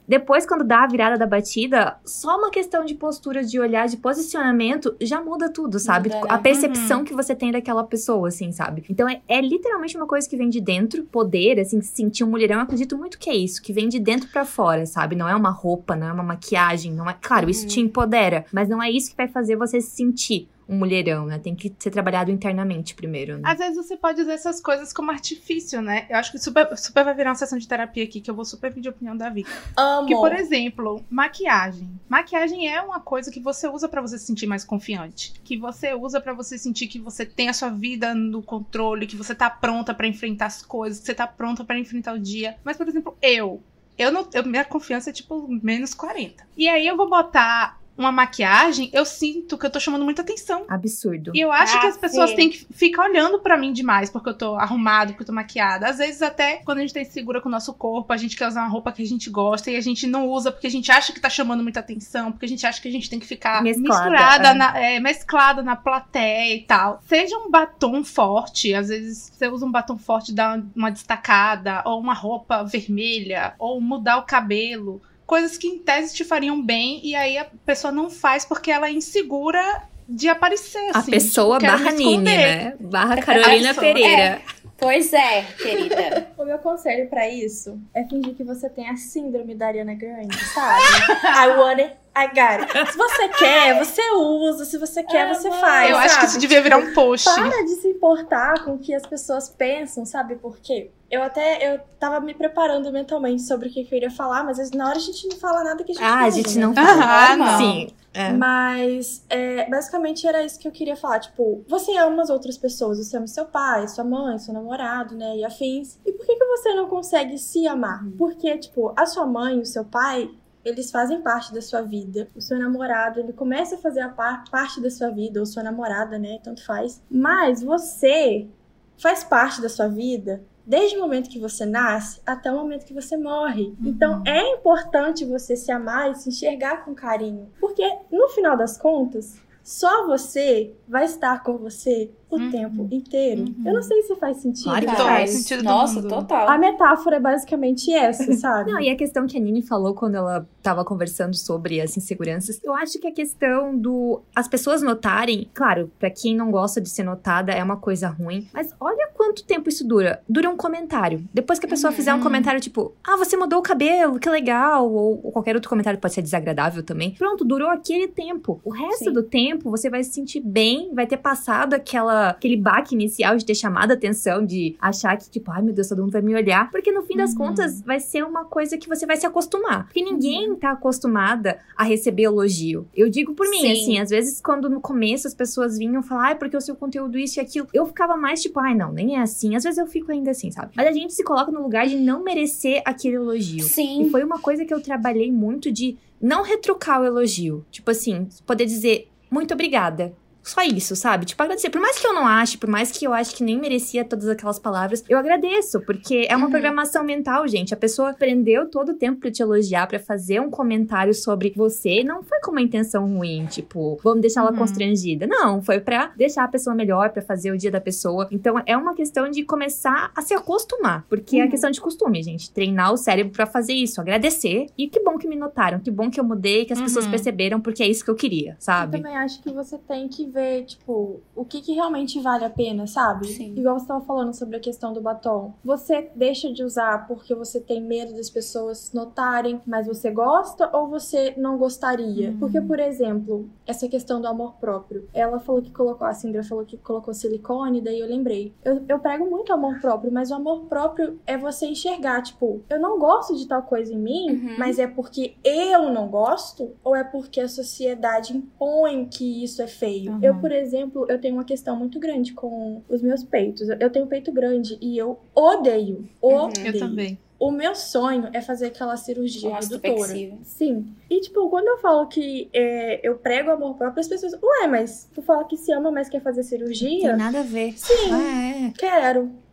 depois, quando dá a virada da batida, só uma questão de postura, de olhar, de posicionamento, já muda tudo, sabe? Muda, né? A percepção Uhum. que você tem daquela pessoa, assim, sabe? Então, é, é literalmente uma coisa que vem de dentro. Poder, assim, se sentir um mulherão, eu acredito muito que é isso. Que vem de dentro pra fora, sabe? Não é uma roupa, não é uma maquiagem, não é... Claro, isso Uhum. te empodera, mas não é isso que vai fazer você se sentir um mulherão, né? Tem que ser trabalhado internamente primeiro, né? Às vezes você pode usar essas coisas como artifício, né? Eu acho que super, super vai virar uma sessão de terapia aqui, que eu vou super pedir a opinião da Vicky. Amo. Que, por exemplo, maquiagem. Maquiagem é uma coisa que você usa pra você se sentir mais confiante. Que você usa pra você sentir que você tem a sua vida no controle, que você tá pronta pra enfrentar as coisas, que você tá pronta pra enfrentar o dia. Mas, por exemplo, eu... eu não, eu, minha confiança é, tipo, menos quarenta. E aí eu vou botar uma maquiagem, eu sinto que eu tô chamando muita atenção. Absurdo. E eu acho Ah, que as pessoas sim. têm que ficar olhando pra mim demais, porque eu tô arrumado, porque eu tô maquiada. Às vezes, até quando a gente tá insegura com o nosso corpo, a gente quer usar uma roupa que a gente gosta e a gente não usa porque a gente acha que tá chamando muita atenção, porque a gente acha que a gente tem que ficar Mesclada, misturada, é. na, é, mesclada na plateia e tal. Seja um batom forte, às vezes você usa um batom forte, dá uma destacada, ou uma roupa vermelha, ou mudar o cabelo. Coisas que em tese te fariam bem, e aí a pessoa não faz porque ela é insegura de aparecer, A assim. pessoa Quero barra me Nini, esconder. né? Barra Carolina pessoa, Pereira. Pois é, querida. O meu conselho pra isso é fingir que você tem a síndrome da Ariana Grande, sabe? I want it, I got it. Se você quer, você usa. Se você quer, Ah, você mano. faz, Eu sabe? acho que isso devia virar um post. Para de se importar com o que as pessoas pensam, sabe? Por quê? Eu até, eu tava me preparando mentalmente sobre o que eu iria falar, mas às vezes na hora a gente não fala nada que a gente Ah, a usa, gente né? não Ah, fala. não. Sim. É. Mas, é, basicamente, era isso que eu queria falar. Tipo, você ama as outras pessoas. Você ama seu pai, sua mãe, seu namorado, né? E afins. E por que, que você não consegue se amar? Porque, tipo, a sua mãe e o seu pai, eles fazem parte da sua vida. O seu namorado, ele começa a fazer a par- parte da sua vida. Ou sua namorada, né? Tanto faz. Mas você faz parte da sua vida desde o momento que você nasce até o momento que você morre. Uhum. Então, é importante você se amar e se enxergar com carinho. Porque, no final das contas, só você vai estar com você o Uhum. tempo inteiro. Uhum. Eu não sei se faz sentido. Claro que mas Todo faz. sentido do Nossa, mundo. total. a metáfora é basicamente essa, sabe? Não, e a questão que a Nini falou quando ela tava conversando sobre as inseguranças, eu acho que a questão do... as pessoas notarem, claro, pra quem não gosta de ser notada é uma coisa ruim, mas olha quanto tempo isso dura. Dura um comentário. Depois que a pessoa Uhum. fizer um comentário tipo, ah, você mudou o cabelo, que legal, ou, ou qualquer outro comentário pode ser desagradável também. Pronto, durou aquele tempo. O resto Sim. do tempo, você vai se sentir bem, vai ter passado aquela, aquele baque inicial de ter chamado a atenção, de achar que, tipo, ai meu Deus, todo mundo vai me olhar. Porque no fim das Uhum. contas, vai ser uma coisa que você vai se acostumar. Porque ninguém tá acostumada a receber elogio. Eu digo por mim, Sim. assim, às vezes quando no começo as pessoas vinham falar, ai, porque o seu conteúdo isso e aquilo, eu ficava mais tipo, ai, não, nem é assim. Às vezes eu fico ainda assim, sabe? Mas a gente se coloca no lugar de não merecer aquele elogio. E Sim. foi uma coisa que eu trabalhei muito de não retrucar o elogio. Tipo assim, poder dizer, muito obrigada. Só isso, sabe? Tipo, agradecer. Por mais que eu não ache, por mais que eu ache que nem merecia todas aquelas palavras, eu agradeço, porque é uma Uhum. programação mental, gente. A pessoa prendeu todo o tempo pra te elogiar, pra fazer um comentário sobre você. Não foi com uma intenção ruim, tipo, vamos deixar ela Uhum. constrangida. Não, foi pra deixar a pessoa melhor, pra fazer o dia da pessoa. Então, é uma questão de começar a se acostumar, porque é Uhum. questão de costume, gente. Treinar o cérebro pra fazer isso, agradecer. E que bom que me notaram, que bom que eu mudei, que as pessoas Uhum. perceberam, porque é isso que eu queria, Eu sabe? também acho que você tem que ver, tipo, o que, que realmente vale a pena, sabe? Sim. Igual você tava falando sobre a questão do batom. Você deixa de usar porque você tem medo das pessoas notarem, mas você gosta ou você não gostaria? Hum. Porque, por exemplo, essa questão do amor próprio. Ela falou que colocou, a Cindra falou que colocou silicone, daí eu lembrei. Eu, eu prego muito amor próprio, mas o amor próprio é você enxergar, tipo, eu não gosto de tal coisa em mim, Uhum. mas é porque eu não gosto ou é porque a sociedade impõe que isso é feio? Uhum. Eu, por exemplo, eu tenho uma questão muito grande com os meus peitos. Eu tenho peito grande e eu odeio. Uhum. Odeio. Eu também. O meu sonho é fazer aquela cirurgia redutora. Mastopexia. Sim. E, tipo, quando eu falo que é, eu prego amor próprio, as pessoas... Ué, mas tu fala que se ama, mas quer fazer Tem cirurgia? nada a ver. Sim. Ah, é. Quero.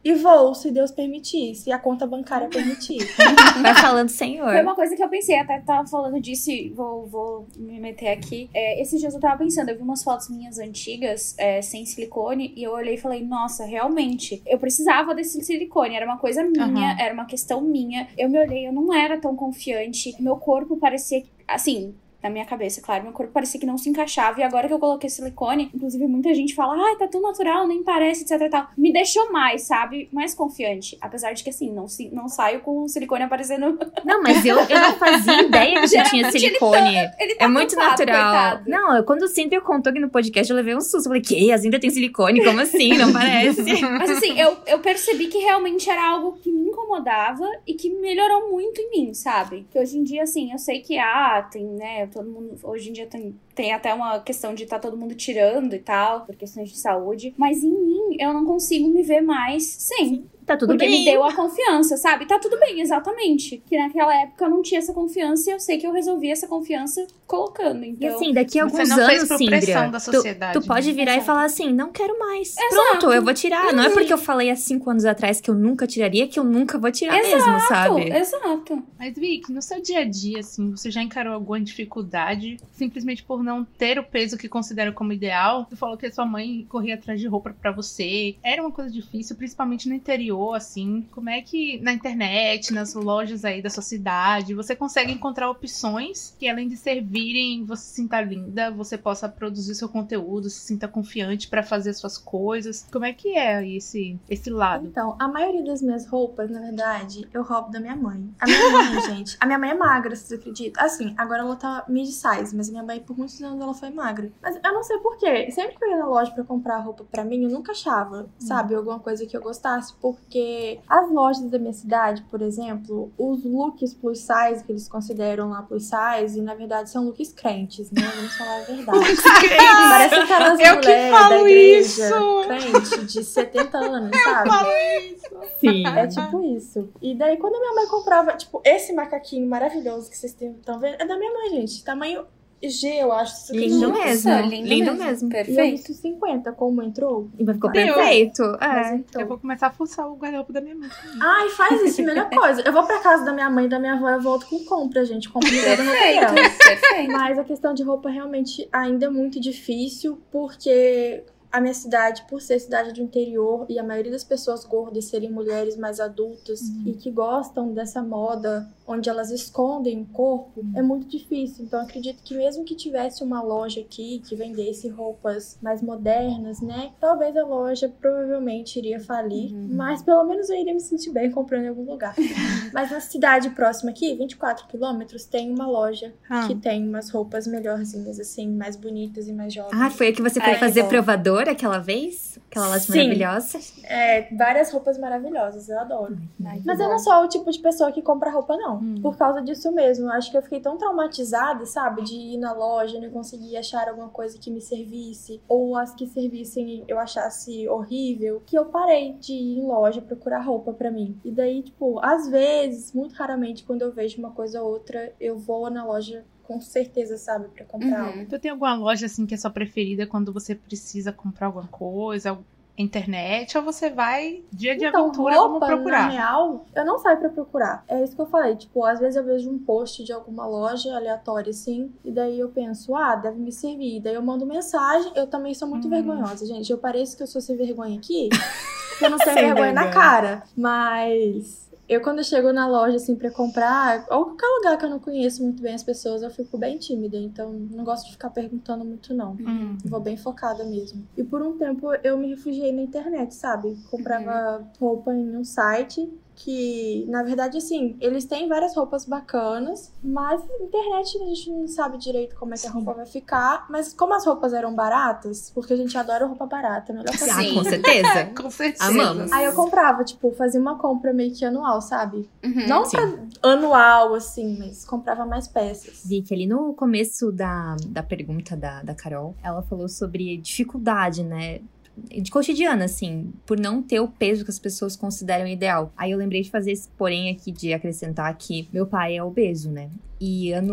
e vou, se Deus permitir, se a conta bancária permitir. Vai falando, Senhor. Foi uma coisa que eu pensei, até tava falando disso e vou, vou me meter aqui. É, esses dias eu tava pensando, eu vi umas fotos minhas antigas, é, sem silicone, e eu olhei e falei, nossa, realmente, eu precisava desse silicone, era uma coisa minha, uhum. era uma questão minha. Eu me olhei, eu não era tão confiante, meu corpo parecia, assim... na minha cabeça, claro, meu corpo parecia que não se encaixava, e agora que eu coloquei silicone, inclusive muita gente fala, ai, tá tão natural, nem parece, etc e tal, me deixou mais, sabe, mais confiante, apesar de que, assim, não, não saio com o silicone aparecendo... Não, mas eu, eu não fazia ideia que você tinha silicone, ele tá, ele tá é muito tampado, natural. Coitado. Não, eu, quando o Cíntia contou aqui no podcast, eu levei um susto, eu falei, que, a Zinda tem silicone, como assim, não parece? Mas assim, eu, eu percebi que realmente era algo que me incomodava e que melhorou muito em mim, sabe, que hoje em dia, assim, eu sei que, ah, tem, né, todo mundo, hoje em dia tem, tem até uma questão de tá todo mundo tirando e tal, por questões de saúde, mas em mim eu não consigo me ver mais sem. Sim. Tá tudo porque bem. me deu a confiança, sabe? Tá tudo bem, exatamente. Que naquela época eu não tinha essa confiança e eu sei que eu resolvi essa confiança colocando. Então... E assim, daqui a alguns Você não anos, fez por Cindria, pressão da sociedade, tu, tu pode virar né? e falar assim, não quero mais. Exato. Pronto, eu vou tirar. Uhum. Não é porque eu falei há cinco anos atrás que eu nunca tiraria, que eu nunca vou tirar Exato, mesmo, sabe? Exato. Mas, Vicky, no seu dia a dia, assim, você já encarou alguma dificuldade simplesmente por não ter o peso que considera como ideal? Tu falou que a sua mãe corria atrás de roupa pra você. Era uma coisa difícil, principalmente no interior, assim. Como é que na internet, nas lojas aí da sua cidade, você consegue encontrar opções que, além de servirem, você se sinta linda, você possa produzir seu conteúdo, se sinta confiante pra fazer suas coisas? Como é que é esse, esse lado? Então, a maioria das minhas roupas, na verdade, eu roubo da minha mãe. A minha mãe, gente, a minha mãe é magra, vocês acreditam? Assim, agora ela tá mid-size, mas a minha mãe, por muitos anos, ela foi magra. Mas eu não sei porquê. Sempre que eu ia na loja pra comprar roupa pra mim, eu nunca achava, hum. sabe, alguma coisa que eu gostasse, porque as lojas da minha cidade, por exemplo, os looks plus size, que eles consideram lá plus size, na verdade são looks crentes, né? Vamos falar a verdade. Parece aquelas eu mulheres da igreja isso. crente de setenta anos, sabe? Eu falo isso. Sim. É tipo isso. E daí, quando a minha mãe comprava, tipo, esse macaquinho maravilhoso que vocês estão vendo, é da minha mãe, gente. Tamanho G, eu acho. Isso lindo aqui. mesmo. Nossa, lindo, lindo mesmo. mesmo. Perfeito. E eu visto cinquenta, como entrou. E ficou Meu. perfeito. Mas É. então... Eu vou começar a fuçar o guarda-roupa da minha mãe. Ai, faz isso, melhor coisa. Eu vou pra casa da minha mãe e da minha avó, eu volto com compra, gente. Compra no guarda-roupa dela. Perfeito. Mas a questão de roupa realmente ainda é muito difícil, porque a minha cidade, por ser cidade do interior, e a maioria das pessoas gordas serem mulheres mais adultas uhum. e que gostam dessa moda onde elas escondem o corpo, uhum. é muito difícil. Então, acredito que mesmo que tivesse uma loja aqui que vendesse roupas mais modernas, né? Talvez a loja provavelmente iria falir, uhum. mas pelo menos eu iria me sentir bem comprando em algum lugar. Mas na cidade próxima aqui, vinte e quatro quilômetros, tem uma loja ah. que tem umas roupas melhorzinhas, assim, mais bonitas e mais jovens. Ah, foi a que você foi Ai, fazer bom. provador aquela vez? Aquela loja Sim. maravilhosa? É, várias roupas maravilhosas, eu adoro. Ai, Mas bom. eu não sou o tipo de pessoa que compra roupa, não. Hum. Por causa disso mesmo. Eu acho que eu fiquei tão traumatizada, sabe? De ir na loja e não conseguir achar alguma coisa que me servisse. Ou as que servissem eu achasse horrível. Que eu parei de ir em loja procurar roupa pra mim. E daí, tipo, às vezes, muito raramente, quando eu vejo uma coisa ou outra, eu vou na loja com certeza, sabe? Pra comprar Uhum. algo. Tu tem alguma loja, assim, que é sua preferida quando você precisa comprar alguma coisa? Internet, ou você vai dia de então, aventura, roupa, vamos procurar? Na real, eu não saio pra procurar. É isso que eu falei. Tipo, às vezes eu vejo um post de alguma loja aleatória, assim, e daí eu penso, ah, deve me servir. Daí eu mando mensagem. Eu também sou muito hum. vergonhosa, gente. Eu pareço que eu sou sem vergonha aqui, porque eu não tenho vergonha na cara. Mas eu, quando eu chego na loja, assim, pra comprar, ou qualquer lugar que eu não conheço muito bem as pessoas, eu fico bem tímida. Então, não gosto de ficar perguntando muito, não. Hum. Vou bem focada mesmo. E por um tempo, eu me refugiei na internet, sabe? Comprava uhum. roupa em um site que, na verdade, assim, eles têm várias roupas bacanas, mas na internet a gente não sabe direito como é que a roupa vai ficar. Mas como as roupas eram baratas, porque a gente adora roupa barata, melhor que Ah, assim. com certeza. Com certeza. Amamos. Aí eu comprava, tipo, fazia uma compra meio que anual, sabe? Uhum, não sim. pra anual, assim, mas comprava mais peças. Vi que ali no começo da, da pergunta da, da Carol, ela falou sobre dificuldade, né? De cotidiano, assim, por não ter o peso que as pessoas consideram ideal. Aí eu lembrei de fazer esse porém aqui, de acrescentar que meu pai é obeso, né? E ano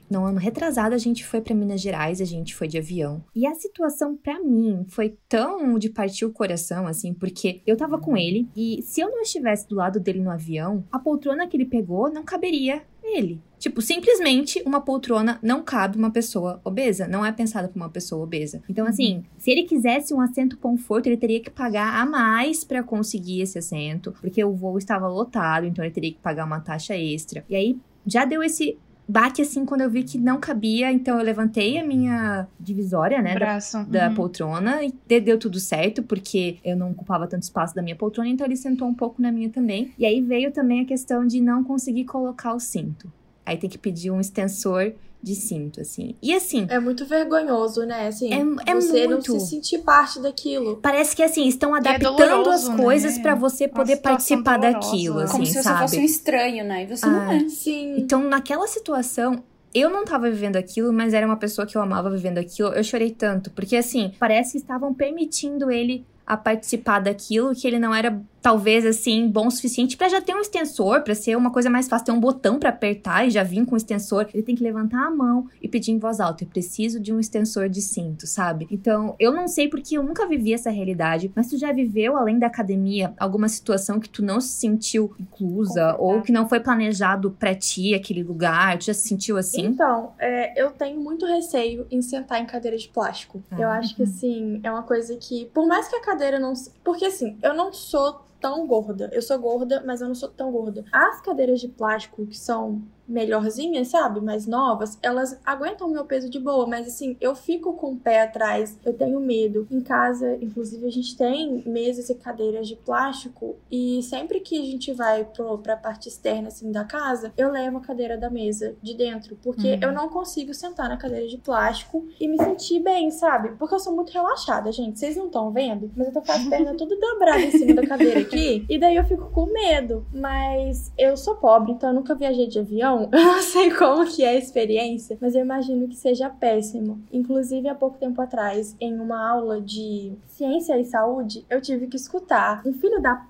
no ano retrasado, a gente foi pra Minas Gerais, a gente foi de avião. E a situação, pra mim, foi tão de partir o coração, assim, porque eu tava com ele, e se eu não estivesse do lado dele no avião, a poltrona que ele pegou não caberia nele. Tipo, simplesmente uma poltrona não cabe uma pessoa obesa. Não é pensada pra uma pessoa obesa. Então, assim, se ele quisesse um assento conforto, ele teria que pagar a mais pra conseguir esse assento. Porque o voo estava lotado, então ele teria que pagar uma taxa extra. E aí, já deu esse bate, assim, quando eu vi que não cabia. Então, eu levantei a minha divisória, né, Braço. da, da Uhum. poltrona. E deu tudo certo, porque eu não ocupava tanto espaço da minha poltrona. Então, ele sentou um pouco na minha também. E aí, veio também a questão de não conseguir colocar o cinto. Aí tem que pedir um extensor de cinto, assim. E assim... É muito vergonhoso, né? Assim, É, é você muito. não se sentir parte daquilo. Parece que, assim, estão adaptando doloroso, as coisas né? pra você poder situação participar dolorosa. daquilo, assim, Como se você sabe? fosse um estranho, né? E você Ah. não é. Sim. Então, naquela situação... Eu não tava vivendo aquilo, mas era uma pessoa que eu amava vivendo aquilo. Eu chorei tanto, porque, assim, parece que estavam permitindo ele a participar daquilo, que ele não era, talvez, assim, bom o suficiente pra já ter um extensor, pra ser uma coisa mais fácil, ter um botão pra apertar e já vir com o extensor. Ele tem que levantar a mão e pedir em voz alta, eu preciso de um extensor de cinto, sabe? Então, eu não sei porque eu nunca vivi essa realidade, mas tu já viveu, além da academia, alguma situação que tu não se sentiu inclusa, ou que não foi planejado pra ti aquele lugar, tu já se sentiu assim? Então, é, eu tenho muito receio em sentar em cadeira de plástico. Ah. Eu acho que, assim, é uma coisa que, por mais que a cadeira não... Porque, assim, eu não sou tão gorda. Eu sou gorda, mas eu não sou tão gorda. As cadeiras de plástico que são melhorzinhas, sabe? Mais novas, elas aguentam o meu peso de boa, mas assim, eu fico com o pé atrás, eu tenho medo. Em casa, inclusive, a gente tem mesas e cadeiras de plástico e sempre que a gente vai pro, pra parte externa, assim, da casa, eu levo a cadeira da mesa de dentro, porque Uhum. eu não consigo sentar na cadeira de plástico e me sentir bem, sabe? Porque eu sou muito relaxada, gente. Vocês não estão vendo? Mas eu tô com as pernas tudo dobradas em cima da cadeira aqui, e daí eu fico com medo. Mas eu sou pobre, então eu nunca viajei de avião. Eu não sei como que é a experiência, mas eu imagino que seja péssimo. Inclusive, há pouco tempo atrás, em uma aula de ciência e saúde, eu tive que escutar um filho da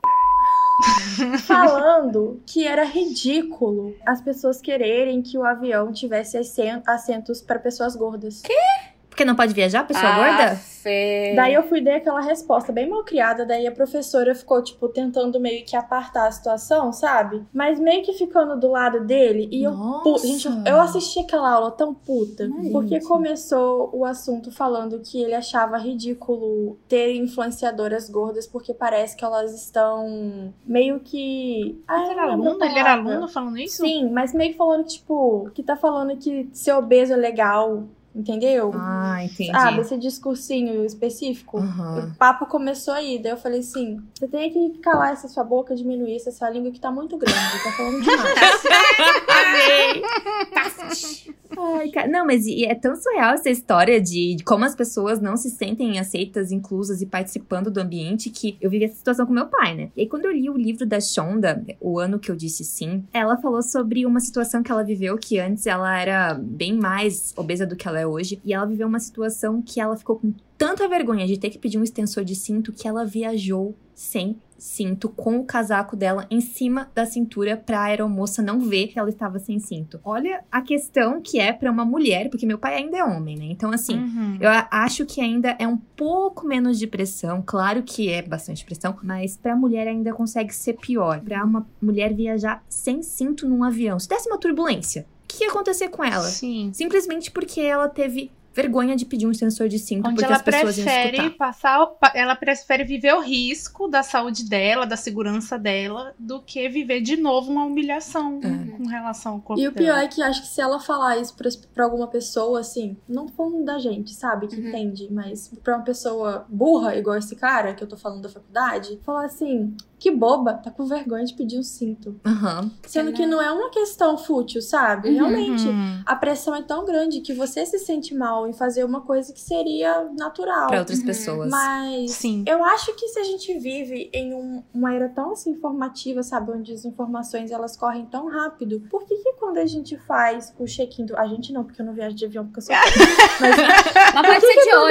p... falando que era ridículo as pessoas quererem que o avião tivesse assentos para pessoas gordas. Que? Porque não pode viajar, pessoa ah, gorda? Fê. Daí eu fui dar aquela resposta bem mal criada, daí a professora ficou, tipo, tentando meio que apartar a situação, sabe? Mas meio que ficando do lado dele, e eu... Nossa. Gente, eu assisti aquela aula tão puta, Ai, porque gente. começou o assunto falando que ele achava ridículo ter influenciadoras gordas, porque parece que elas estão meio que... Ah, Ele eu era não lembro a aluno? Ele era palavra. aluno falando isso? Sim, mas meio que falando que, tipo, que tá falando que ser obeso é legal, entendeu? Ah, entendi. Sabe, esse discursinho específico. Aham. O papo começou aí, daí eu falei assim, você tem que calar essa sua boca, diminuir essa sua língua que tá muito grande, tá falando demais. Ai, cara, não, mas e é tão surreal essa história de, de como as pessoas não se sentem aceitas, inclusas e participando do ambiente, que eu vivi essa situação com meu pai, né? E aí, quando eu li o livro da Shonda, O Ano Que Eu Disse Sim, ela falou sobre uma situação que ela viveu, que antes ela era bem mais obesa do que ela é hoje, e ela viveu uma situação que ela ficou com tanta vergonha de ter que pedir um extensor de cinto que ela viajou sem cinto, com o casaco dela em cima da cintura pra aeromoça não ver que ela estava sem cinto. Olha a questão que é pra uma mulher, porque meu pai ainda é homem, né? Então, assim, Uhum. eu acho que ainda é um pouco menos de pressão. Claro que é bastante pressão, mas pra mulher ainda consegue ser pior. Pra uma mulher viajar sem cinto num avião. Se desse uma turbulência, o que ia acontecer com ela? Sim. Simplesmente porque ela teve vergonha de pedir um extensor de cinto, Onde porque ela as pessoas iam prefere escutar. passar, o- ela prefere viver o risco da saúde dela, da segurança dela, do que viver de novo uma humilhação É. com relação ao corpo E o pior dela. é que acho que se ela falar isso pra, pra alguma pessoa, assim, não falando da gente, sabe, que Uhum. entende, mas pra uma pessoa burra, igual esse cara que eu tô falando da faculdade, falar assim, que boba, tá com vergonha de pedir um cinto. Aham. Sendo que não é uma questão fútil, sabe? Uhum. Realmente, Uhum. a pressão é tão grande que você se sente mal em fazer uma coisa que seria natural. Pra outras Uhum. pessoas. Mas Sim. eu acho que se a gente vive em um- uma era tão assim informativa, sabe, onde as informações elas correm tão rápido, por que que quando a gente faz o check-in do... A gente não, porque eu não viajo de avião porque eu sou pobre. Mas Mas pode ser de quando a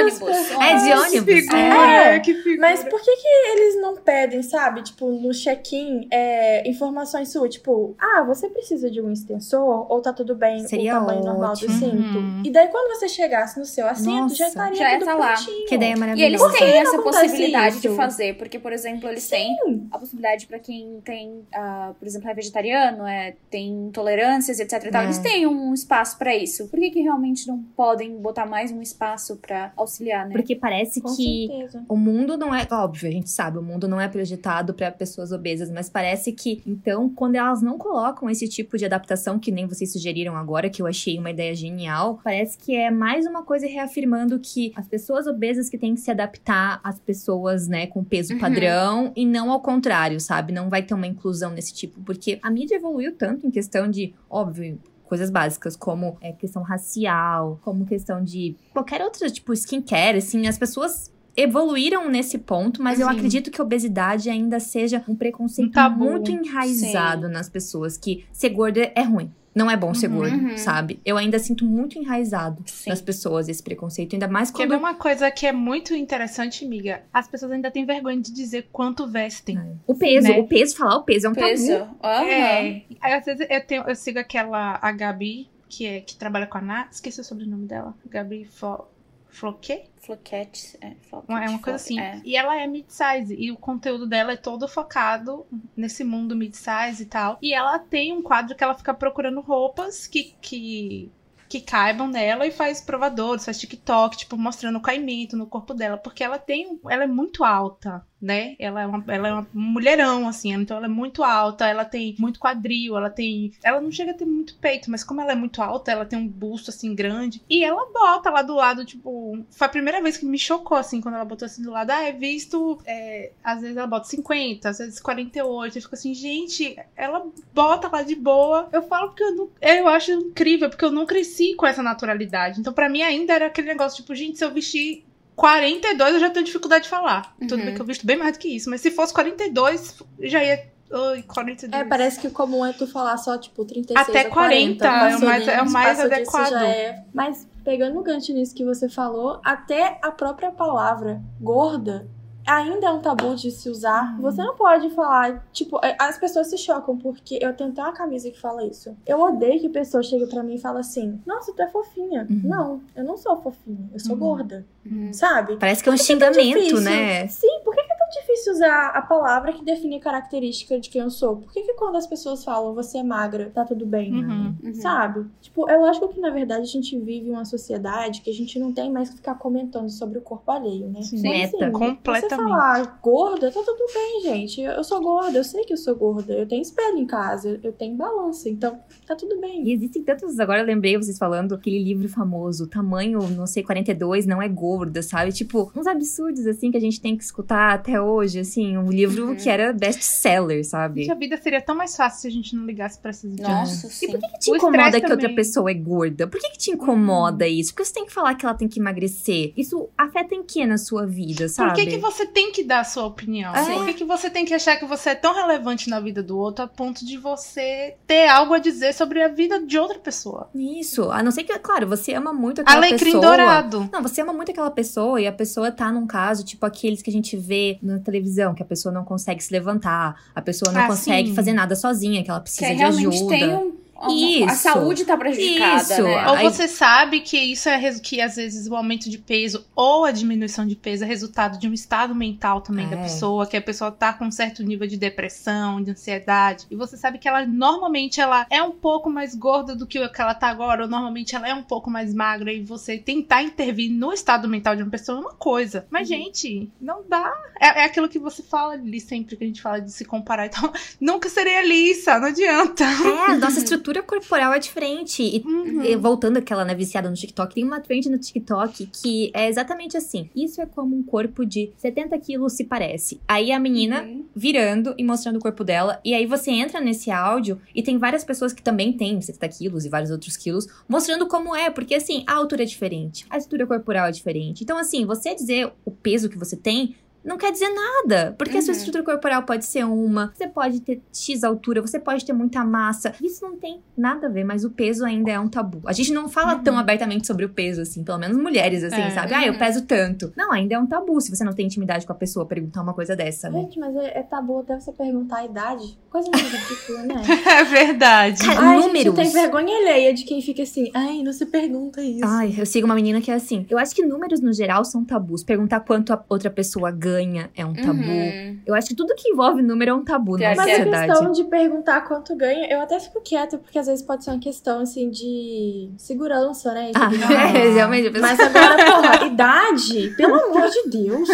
ônibus. pessoas- É de Que ônibus? figura, É. que figura. Mas por que que eles não pedem, sabe? Tipo, no check-in, é, informações suas. Tipo, ah, você precisa de um extensor? Ou tá tudo bem Seria o tamanho normal do ótimo. cinto? Uhum. E daí, quando você chegasse no seu assento, Nossa, já estaria já ia tudo tá lá. prontinho. Que ideia E eles maravilhosa. têm essa acontece possibilidade de isso? fazer, porque, por exemplo, eles têm a possibilidade pra quem tem, ah, por exemplo, é vegetariano, é, tem intolerâncias, etc e tal, É. eles têm um espaço pra isso. Por que que realmente não podem botar mais um espaço pra auxiliar, né? Porque parece Com que certeza. o mundo não é, óbvio, a gente sabe, o mundo não é projetado pra pessoas obesas, mas parece que, então, quando elas não colocam esse tipo de adaptação, que nem vocês sugeriram agora, que eu achei uma ideia genial, parece que é mais uma coisa reafirmando que as pessoas obesas que têm que se adaptar às pessoas, né, com peso Uhum. padrão, e não ao contrário, sabe? Não vai ter uma inclusão nesse tipo, porque a mídia evoluiu tanto em questão de, óbvio, coisas básicas, como é, questão racial, como questão de qualquer outra, tipo, skincare, assim, as pessoas evoluíram nesse ponto, mas eu Uhum. acredito que a obesidade ainda seja um preconceito Um tabu. muito enraizado nas pessoas, que ser gorda é ruim. Não é bom ser Uhum. gordo, Uhum. sabe? Eu ainda sinto muito enraizado Sim. nas pessoas esse preconceito, ainda mais Quer quando... ver uma coisa que é muito interessante, amiga? As pessoas ainda têm vergonha de dizer quanto vestem. O peso, né? o peso, falar o peso é um Peso. tabu. Aham. É. Aí, às vezes eu, tenho, eu sigo aquela, a Gabi, que, é, que trabalha com a Nath. Esqueci o sobrenome dela. Gabi Fo, Floquet? Floquete. É, floquete, Uma- É uma coisa floque- assim. é. E ela é mid-size. E o conteúdo dela é todo focado nesse mundo mid-size e tal. E ela tem um quadro que ela fica procurando roupas que, que, que caibam nela e faz provadores, faz TikTok, tipo, mostrando o caimento no corpo dela. Porque ela tem. um- Ela é muito alta, né? Ela é uma, ela é uma mulherão, assim. Então ela é muito alta, ela tem muito quadril, ela tem. Ela não chega a ter muito peito, mas como ela é muito alta, ela tem um busto assim grande. E ela bota lá do lado, tipo. Foi a primeira vez que me chocou, assim, quando ela botou assim do lado. Ah, é visto. é, às vezes ela bota cinquenta, às vezes quarenta e oito. Eu fico assim, gente, ela bota lá de boa. Eu falo porque eu não. Eu acho incrível, porque eu não cresci com essa naturalidade. Então, pra mim, ainda era aquele negócio, tipo, gente, se eu vestir quarenta e dois, eu já tenho dificuldade de falar. Uhum. Tudo bem que eu visto bem mais do que isso, mas se fosse quarenta e dois, já ia. Ai, quarenta e dois. É, parece que o comum é tu falar só, tipo, trinta e seis Até a quarenta. quarenta, é o Passou mais- é o disso, mais passou disso, adequado. já é. Mas, pegando o gancho nisso que você falou, até a própria palavra gorda ainda é um tabu de se usar. Hum. Você não pode falar, tipo, é, as pessoas se chocam, porque eu tenho até uma camisa que fala isso. Eu odeio que pessoa chegue pra mim e fala assim, nossa, tu é fofinha. Uhum. Não, eu não sou fofinha, eu sou Uhum. gorda, Uhum. sabe? Parece que é um tão xingamento, difícil. né? Sim, por que que é tão difícil usar a palavra que define a característica de quem eu sou? Por que que quando as pessoas falam você é magra, tá tudo bem? Uhum. Uhum. Sabe? Tipo, é lógico que na verdade a gente vive uma sociedade que a gente não tem mais que ficar comentando sobre o corpo alheio, né? Sim. Mas, Meta. Completamente. Você falar gorda, tá tudo bem, gente. Eu sou gorda, eu sei que eu sou gorda. Eu tenho espelho em casa, eu tenho balança, então tá tudo bem. E existem tantos, agora eu lembrei vocês falando, aquele livro famoso, tamanho, não sei, quarenta e dois, não é gorda, sabe? Tipo, uns absurdos, assim, que a gente tem que escutar até hoje, assim, um livro Uhum. que era best-seller, sabe? Gente, a vida seria tão mais fácil se a gente não ligasse pra esses idiomas. Nossa, sim. E por que, que te O incomoda estresse que outra também. pessoa é gorda? Por que, que te incomoda isso? Por que você tem que falar que ela tem que emagrecer? Isso afeta em que na sua vida, sabe? Por que, que você tem que dar a sua opinião? É. Por que, que você tem que achar que você é tão relevante na vida do outro a ponto de você ter algo a dizer sobre a vida de outra pessoa? Isso, a não ser que, claro, você ama muito aquela Alecrim pessoa. dourado. Não, você ama muito aquela pessoa e a pessoa tá num caso, tipo aqueles que a gente vê na televisão, que a pessoa não consegue se levantar, a pessoa não Ah, consegue sim. fazer nada sozinha, que ela Que precisa de realmente ajuda. tem um... um- a Isso. saúde tá prejudicada, Isso. né? Ou Aí- você sabe que isso é resu- que às vezes o aumento de peso ou a diminuição de peso é resultado de um estado mental também É. da pessoa, que a pessoa tá com um certo nível de depressão, de ansiedade, e você sabe que ela normalmente ela é um pouco mais gorda do que o que ela tá agora, ou normalmente ela é um pouco mais magra, e você tentar intervir no estado mental de uma pessoa é uma coisa. Mas, gente, não dá. É, é aquilo que você fala ali sempre, que a gente fala de se comparar, então nunca serei a Lisa, não adianta. É, a nossa estrutura corporal é diferente. E, Uhum. e voltando àquela, né, viciada no TikTok, tem uma trend no TikTok que é exatamente assim. Isso é como um corpo de setenta quilos se parece. Aí a menina Uhum. virando e mostrando o corpo dela. E aí você entra nesse áudio e tem várias pessoas que também têm setenta quilos e vários outros quilos, mostrando como é. Porque assim, a altura é diferente, a estrutura corporal é diferente. Então assim, você dizer o peso que você tem não quer dizer nada. Porque uhum. a sua estrutura corporal pode ser uma, você pode ter X altura, você pode ter muita massa. Isso não tem nada a ver, mas o peso ainda é um tabu. A gente não fala uhum. tão abertamente sobre o peso, assim, pelo menos mulheres, assim, é. sabe? Ah, eu peso tanto. Não, ainda é um tabu se você não tem intimidade com a pessoa perguntar uma coisa dessa, né? Gente, mas é, é tabu até você perguntar a idade. Coisa muito ridícula, né? É verdade. Cara, ai, números. Gente, tem vergonha alheia de quem fica assim, ai, não se pergunta isso. Ai, eu sigo uma menina que é assim, eu acho que números no geral são tabus. Perguntar quanto a outra pessoa ganha é um tabu. Uhum. Eu acho que tudo que envolve número é um tabu na mas sociedade. Mas a questão de perguntar quanto ganha, eu até fico quieta, porque às vezes pode ser uma questão, assim, de segurança, né? Ah, é, realmente. Penso... Mas agora, porra, idade, pelo amor de Deus.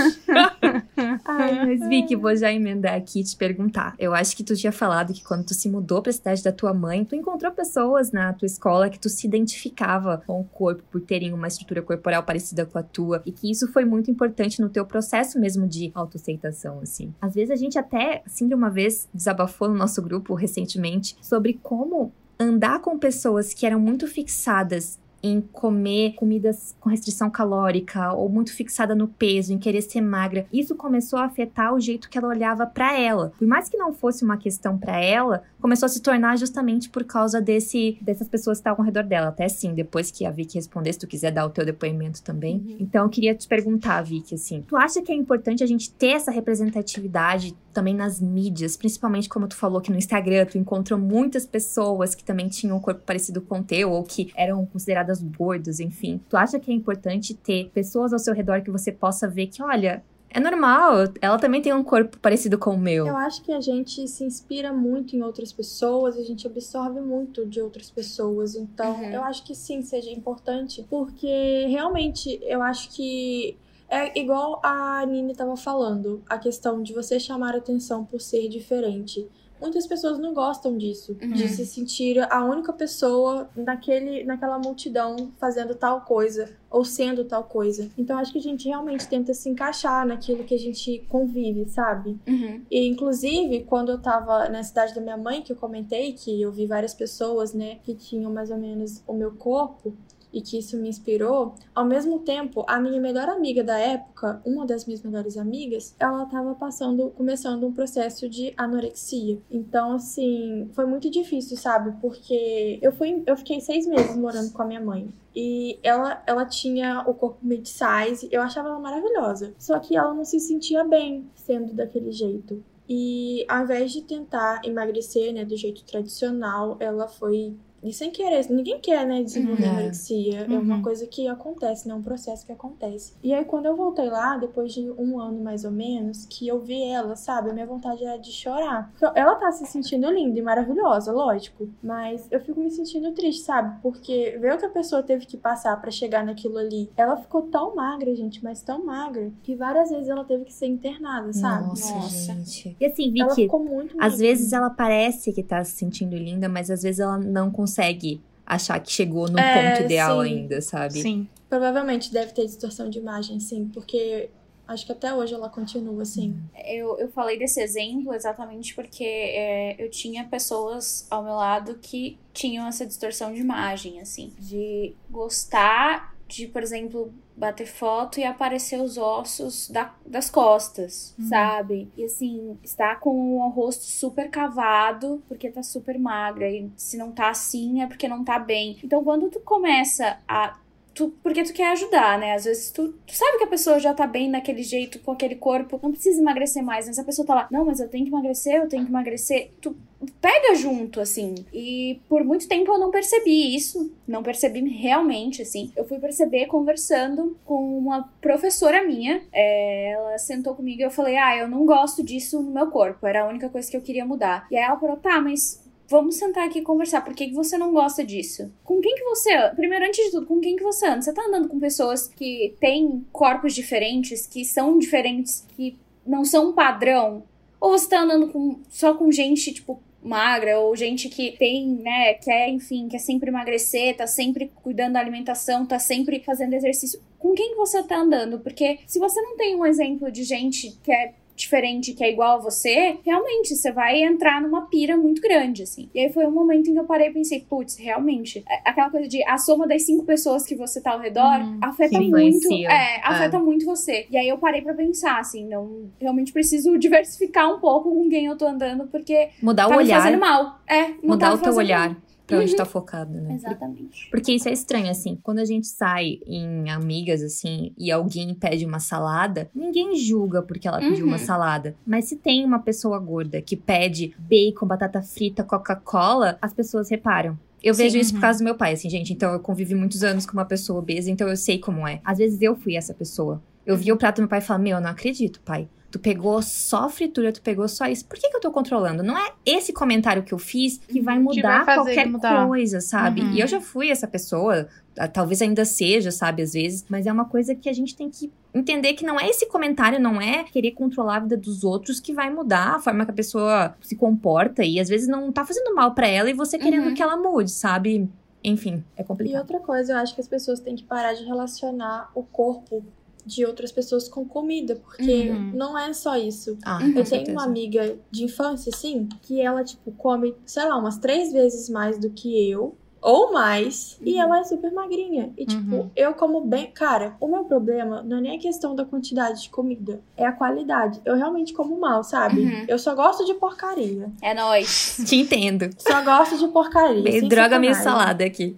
Ai, mas Vicky, vou já emendar aqui e te perguntar. Eu acho que tu tinha falado que quando tu se mudou pra cidade da tua mãe, tu encontrou pessoas na tua escola que tu se identificava com o corpo por terem uma estrutura corporal parecida com a tua, e que isso foi muito importante no teu processo mesmo de autoaceitação, assim. Às vezes a gente até, assim, de uma vez desabafou no nosso grupo recentemente sobre como andar com pessoas que eram muito fixadas em comer comidas com restrição calórica ou muito fixada no peso, em querer ser magra. Isso começou a afetar o jeito que ela olhava pra ela. Por mais que não fosse uma questão pra ela, começou a se tornar justamente por causa desse, dessas pessoas que estavam ao redor dela. Até assim, depois que a Vicky responder, se tu quiser dar o teu depoimento também. Uhum. Então, eu queria te perguntar, Vicky, assim, tu acha que é importante a gente ter essa representatividade também nas mídias, principalmente como tu falou que no Instagram tu encontrou muitas pessoas que também tinham um corpo parecido com o teu, ou que eram consideradas gordos, enfim. Tu acha que é importante ter pessoas ao seu redor que você possa ver que, olha, é normal, ela também tem um corpo parecido com o meu? Eu acho que a gente se inspira muito em outras pessoas, a gente absorve muito de outras pessoas, então uhum. eu acho que sim, seja importante, porque realmente eu acho que é igual a Nini estava falando, a questão de você chamar atenção por ser diferente. Muitas pessoas não gostam disso, uhum. de se sentir a única pessoa naquele, naquela multidão fazendo tal coisa, ou sendo tal coisa. Então, acho que a gente realmente tenta se encaixar naquilo que a gente convive, sabe? Uhum. E, inclusive, quando eu tava na cidade da minha mãe, que eu comentei, que eu vi várias pessoas, né, que tinham mais ou menos o meu corpo, e que isso me inspirou, ao mesmo tempo, a minha melhor amiga da época, uma das minhas melhores amigas, ela tava passando, começando um processo de anorexia. Então, assim, foi muito difícil, sabe? Porque eu fui, eu fiquei seis meses morando com a minha mãe. E ela, ela tinha o corpo mid-size, eu achava ela maravilhosa. Só que ela não se sentia bem sendo daquele jeito. E ao invés de tentar emagrecer, né, do jeito tradicional, ela foi... E sem querer, ninguém quer, né, desenvolver uhum. anorexia. Uhum. É uma coisa que acontece, né, um processo que acontece. E aí, quando eu voltei lá, depois de um ano mais ou menos, que eu vi ela, sabe, a minha vontade era de chorar. Porque ela tá se sentindo linda e maravilhosa, lógico. Mas eu fico me sentindo triste, sabe? Porque ver o que a pessoa teve que passar pra chegar naquilo ali. Ela ficou tão magra, gente, mas tão magra, que várias vezes ela teve que ser internada, sabe? Nossa, Nossa. gente. E assim, Vicky, ela ficou muito às magra. vezes ela parece que tá se sentindo linda, mas às vezes ela não consegue consegue achar que chegou no é, ponto ideal sim. ainda, sabe? Sim. Provavelmente deve ter distorção de imagem, sim, porque acho que até hoje ela continua assim. Eu, eu falei desse exemplo exatamente porque é, eu tinha pessoas ao meu lado que tinham essa distorção de imagem, assim, de gostar de, por exemplo, bater foto e aparecer os ossos da, das costas, uhum. sabe? E assim, estar com o rosto super cavado porque tá super magra. E se não tá assim é porque não tá bem. Então, quando tu começa a... Tu, porque tu quer ajudar, né? Às vezes tu, tu sabe que a pessoa já tá bem daquele jeito, com aquele corpo, não precisa emagrecer mais. Mas a pessoa tá lá, não, mas eu tenho que emagrecer, eu tenho que emagrecer. Tu pega junto, assim. E por muito tempo eu não percebi isso. Não percebi realmente, assim. Eu fui perceber conversando com uma professora minha. É, ela sentou comigo e eu falei, ah, eu não gosto disso no meu corpo. Era a única coisa que eu queria mudar. E aí ela falou, tá, mas... vamos sentar aqui e conversar. Por que que você não gosta disso? Com quem que você anda? Primeiro, antes de tudo, com quem que você anda? Você tá andando com pessoas que têm corpos diferentes, que são diferentes, que não são um padrão? Ou você tá andando com, só com gente, tipo, magra, ou gente que tem, né, quer, enfim, quer sempre emagrecer, tá sempre cuidando da alimentação, tá sempre fazendo exercício? Com quem que você tá andando? Porque se você não tem um exemplo de gente que é diferente que é igual a você, realmente, você vai entrar numa pira muito grande, assim. E aí foi um momento em que eu parei e pensei, putz, realmente, aquela coisa de a soma das cinco pessoas que você tá ao redor hum, afeta muito, é, afeta é. muito você. E aí eu parei pra pensar, assim, não, realmente preciso diversificar um pouco com quem eu tô andando, porque mudar tá o me olhar. fazendo mal. É, mudar o teu olhar. Mal. Pra onde uhum. tá focado, né? Exatamente. Porque isso é estranho, assim. Quando a gente sai em amigas, assim, e alguém pede uma salada, ninguém julga porque ela pediu uhum. uma salada. Mas se tem uma pessoa gorda que pede bacon, batata frita, Coca-Cola, as pessoas reparam. Eu vejo Sim, isso uhum. por causa do meu pai, assim, gente. Então, eu convivi muitos anos com uma pessoa obesa, então eu sei como é. Às vezes eu fui essa pessoa. Eu vi o prato do meu pai e falava, meu, eu não acredito, pai. Tu pegou só fritura, tu pegou só isso. Por que que eu tô controlando? Não é esse comentário que eu fiz que vai mudar que vai qualquer mudar. coisa, sabe? Uhum. E eu já fui essa pessoa, talvez ainda seja, sabe, às vezes. Mas é uma coisa que a gente tem que entender que não é esse comentário, não é querer controlar a vida dos outros que vai mudar a forma que a pessoa se comporta. E às vezes não tá fazendo mal pra ela e você querendo uhum. que ela mude, sabe? Enfim, é complicado. E outra coisa, eu acho que as pessoas têm que parar de relacionar o corpo de outras pessoas com comida, porque uhum. não é só isso. Ah, eu tenho certeza. uma amiga de infância, assim, que ela, tipo, come, sei lá, umas três vezes mais do que eu, ou mais, uhum. e ela é super magrinha. E, tipo, uhum. eu como bem... Cara, o meu problema não é nem a questão da quantidade de comida, é a qualidade. Eu realmente como mal, sabe? Uhum. Eu só gosto de porcaria. É nóis. Te entendo. Só gosto de porcaria. Meio droga, meio salada aqui.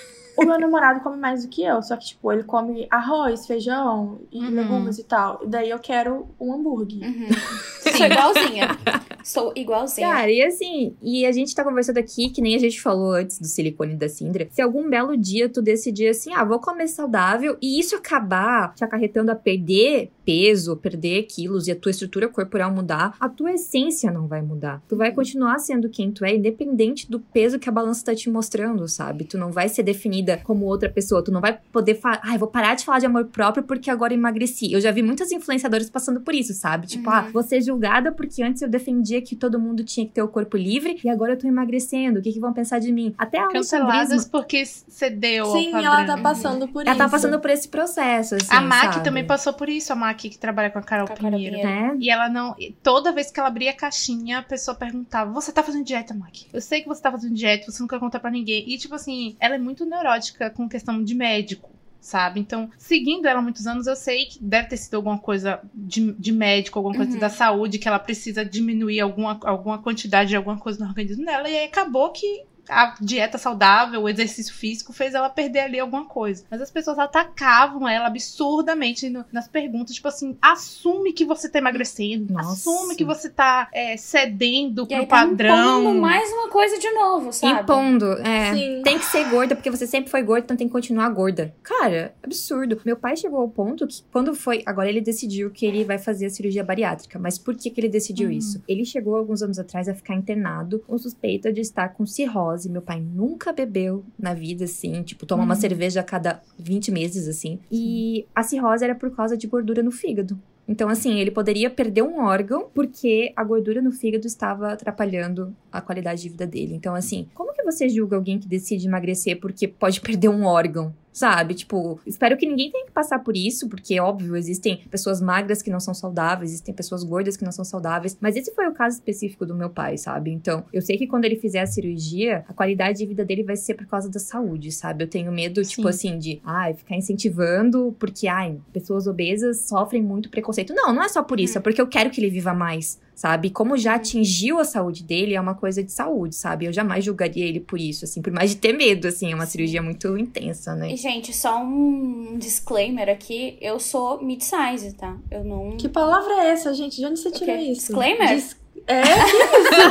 O meu namorado come mais do que eu, só que, tipo, ele come arroz, feijão e uhum. legumes e tal. E daí eu quero um hambúrguer. Uhum. Sou igualzinha. Sou igualzinha. Cara, e assim, e a gente tá conversando aqui, que nem a gente falou antes do silicone da Sindra. Se algum belo dia tu decidir assim, ah, vou comer saudável, e isso acabar te acarretando a perder peso, perder quilos e a tua estrutura corporal mudar, a tua essência não vai mudar. Tu vai continuar sendo quem tu é, independente do peso que a balança tá te mostrando, sabe? Tu não vai ser definida como outra pessoa. Tu não vai poder falar, ai, ah, vou parar de falar de amor próprio porque agora emagreci. Eu já vi muitas influenciadoras passando por isso, sabe? Tipo, uhum. ah, vou ser julgada porque antes eu defendia que todo mundo tinha que ter o corpo livre e agora eu tô emagrecendo. O que que vão pensar de mim? Até a canceladas porque cedeu ao Sim, padrão. ela tá passando por ela isso. Ela tá passando por esse processo, assim, a Maqui sabe? também passou por isso, a Maqui que trabalha com a Carol Com a Pinheiro. Pinheiro. É. E ela não... Toda vez que ela abria a caixinha, a pessoa perguntava, você tá fazendo dieta, Maqui? Eu sei que você tá fazendo dieta, você não quer contar pra ninguém. E, tipo assim, ela é muito neurótica com questão de médico, sabe? Então, seguindo ela há muitos anos, eu sei que deve ter sido alguma coisa de, de médico, alguma coisa uhum. da saúde, que ela precisa diminuir alguma, alguma quantidade de alguma coisa no organismo dela. E aí acabou que a dieta saudável, o exercício físico fez ela perder ali alguma coisa. Mas as pessoas atacavam ela absurdamente no, nas perguntas, tipo assim, assume que você tá emagrecendo, Nossa. assume que você tá é, cedendo e pro aí padrão. Tá impondo mais uma coisa de novo, sabe? Impondo, é. Sim. Tem que ser gorda porque você sempre foi gorda, então tem que continuar gorda. Cara, absurdo. Meu pai chegou ao ponto que quando foi... Agora ele decidiu que ele vai fazer a cirurgia bariátrica. Mas por que que ele decidiu hum. isso? Ele chegou alguns anos atrás a ficar internado com suspeita de estar com cirrose. Meu pai nunca bebeu na vida, assim. Tipo, toma hum. uma cerveja a cada vinte meses, assim. E a cirrose era por causa de gordura no fígado. Então, assim, ele poderia perder um órgão porque a gordura no fígado estava atrapalhando a qualidade de vida dele. Então, assim, como que você julga alguém que decide emagrecer porque pode perder um órgão? Sabe? Tipo, espero que ninguém tenha que passar por isso, porque, óbvio, existem pessoas magras que não são saudáveis, existem pessoas gordas que não são saudáveis, mas esse foi o caso específico do meu pai, sabe? Então, eu sei que quando ele fizer a cirurgia, a qualidade de vida dele vai ser por causa da saúde, sabe? Eu tenho medo, Sim. tipo assim, de, ai, ficar incentivando porque, ai, pessoas obesas sofrem muito preconceito. Não, não é só por isso, é porque eu quero que ele viva mais, sabe? Como já atingiu a saúde dele, é uma coisa de saúde, sabe? Eu jamais julgaria ele por isso, assim, por mais de ter medo, assim, é uma cirurgia muito intensa, né? E, gente, só um disclaimer aqui, eu sou mid-size, tá? Eu não... Que palavra é essa, gente? De onde você tirou okay. isso? Disclaimer? Dis... É, que isso?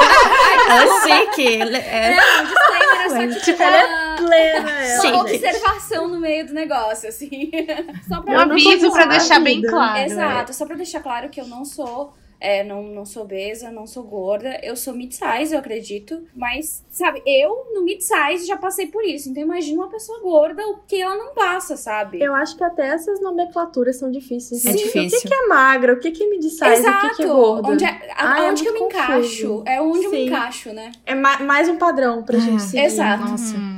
Ela chique. É, é um disclaimer, é só que tipo, ela é plena, ela, uma gente. observação no meio do negócio, assim. Só pra um aviso pra deixar bem claro. Exato, é. só pra deixar claro que eu não sou... É, não, não sou obesa, não sou gorda. Eu sou mid-size, eu acredito. Mas, sabe, eu no mid-size já passei por isso. Então imagina uma pessoa gorda, o que ela não passa, sabe? Eu acho que até essas nomenclaturas são difíceis. É Sim. difícil. O que, que é magra? O que, que é mid-size? Exato. O que, que é gorda? Onde, é, a, Ai, onde é que eu me confuso. encaixo? É onde Sim. eu me encaixo, né? É ma- mais um padrão pra gente Ah, seguir. Exato. Nossa, Hum.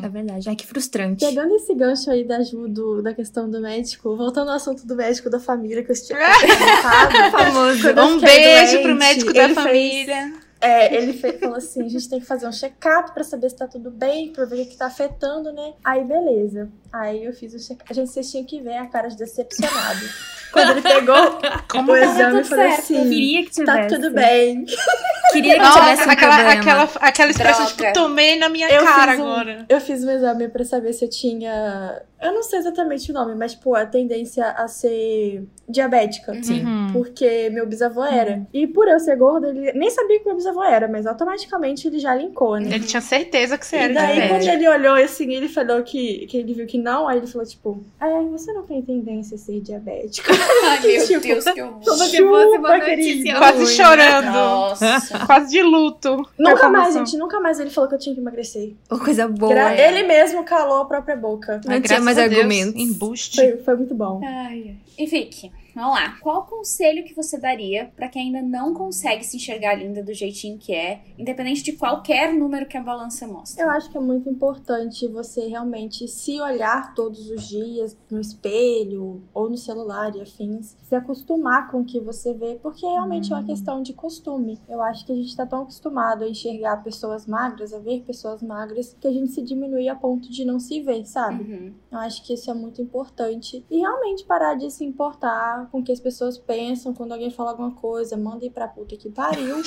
É verdade. Ai, que frustrante. Pegando esse gancho aí da Ju, do, da questão do médico, voltando ao assunto do médico da família que eu tinha comentado. Famoso. Um beijo doente, pro médico da família. Fez... É, ele fez, falou assim, a gente tem que fazer um check-up pra saber se tá tudo bem, pra ver o que tá afetando, né? Aí, beleza. Aí eu fiz o check-up. Gente, vocês tinham que ver a cara de decepcionado. Quando ele pegou Como o exame, eu falei certo. assim, Queria que tivesse. tá tudo bem. Queria que Nossa, tivesse um aquela, problema. aquela, aquela expressão, Droga. tipo, tomei na minha Eu cara fiz um- agora. Eu fiz um exame pra saber se eu tinha... Eu não sei exatamente o nome, mas, tipo, a tendência a ser diabética. Sim. Uhum. Porque meu bisavô era. E por eu ser gorda, ele nem sabia que meu bisavô era, mas automaticamente ele já linkou, né? Ele tinha certeza que você era E daí, diabético. quando ele olhou assim, ele falou que, que ele viu que não, aí ele falou, tipo, é, você não tem tendência a ser diabético. Ai, meu Tipo, Deus, que horror. Como se fosse uma Chupa, notícia querido. Quase ruim, chorando. Nossa. Quase de luto. Nunca mais, Informação. gente, nunca mais ele falou que eu tinha que emagrecer. Uma coisa boa. Gra- Ele mesmo calou a própria boca. Não Ai, tinha graças mais a Deus, argumentos. Embuste. Foi, foi muito bom. Ai, ai. E Vicky, vamos lá. Qual o conselho que você daria pra quem ainda não consegue se enxergar linda do jeitinho que é, independente de qualquer número que a balança mostra? Eu acho que é muito importante você realmente se olhar todos os dias no espelho ou no celular e afins, se acostumar com o que você vê, porque realmente é uma questão de costume. Eu acho que a gente tá tão acostumado a enxergar pessoas magras, a ver pessoas magras, que a gente se diminui a ponto de não se ver, sabe? Uhum. Eu acho que isso é muito importante. E realmente parar de se importar com o que as pessoas pensam quando alguém fala alguma coisa, manda ir pra puta que pariu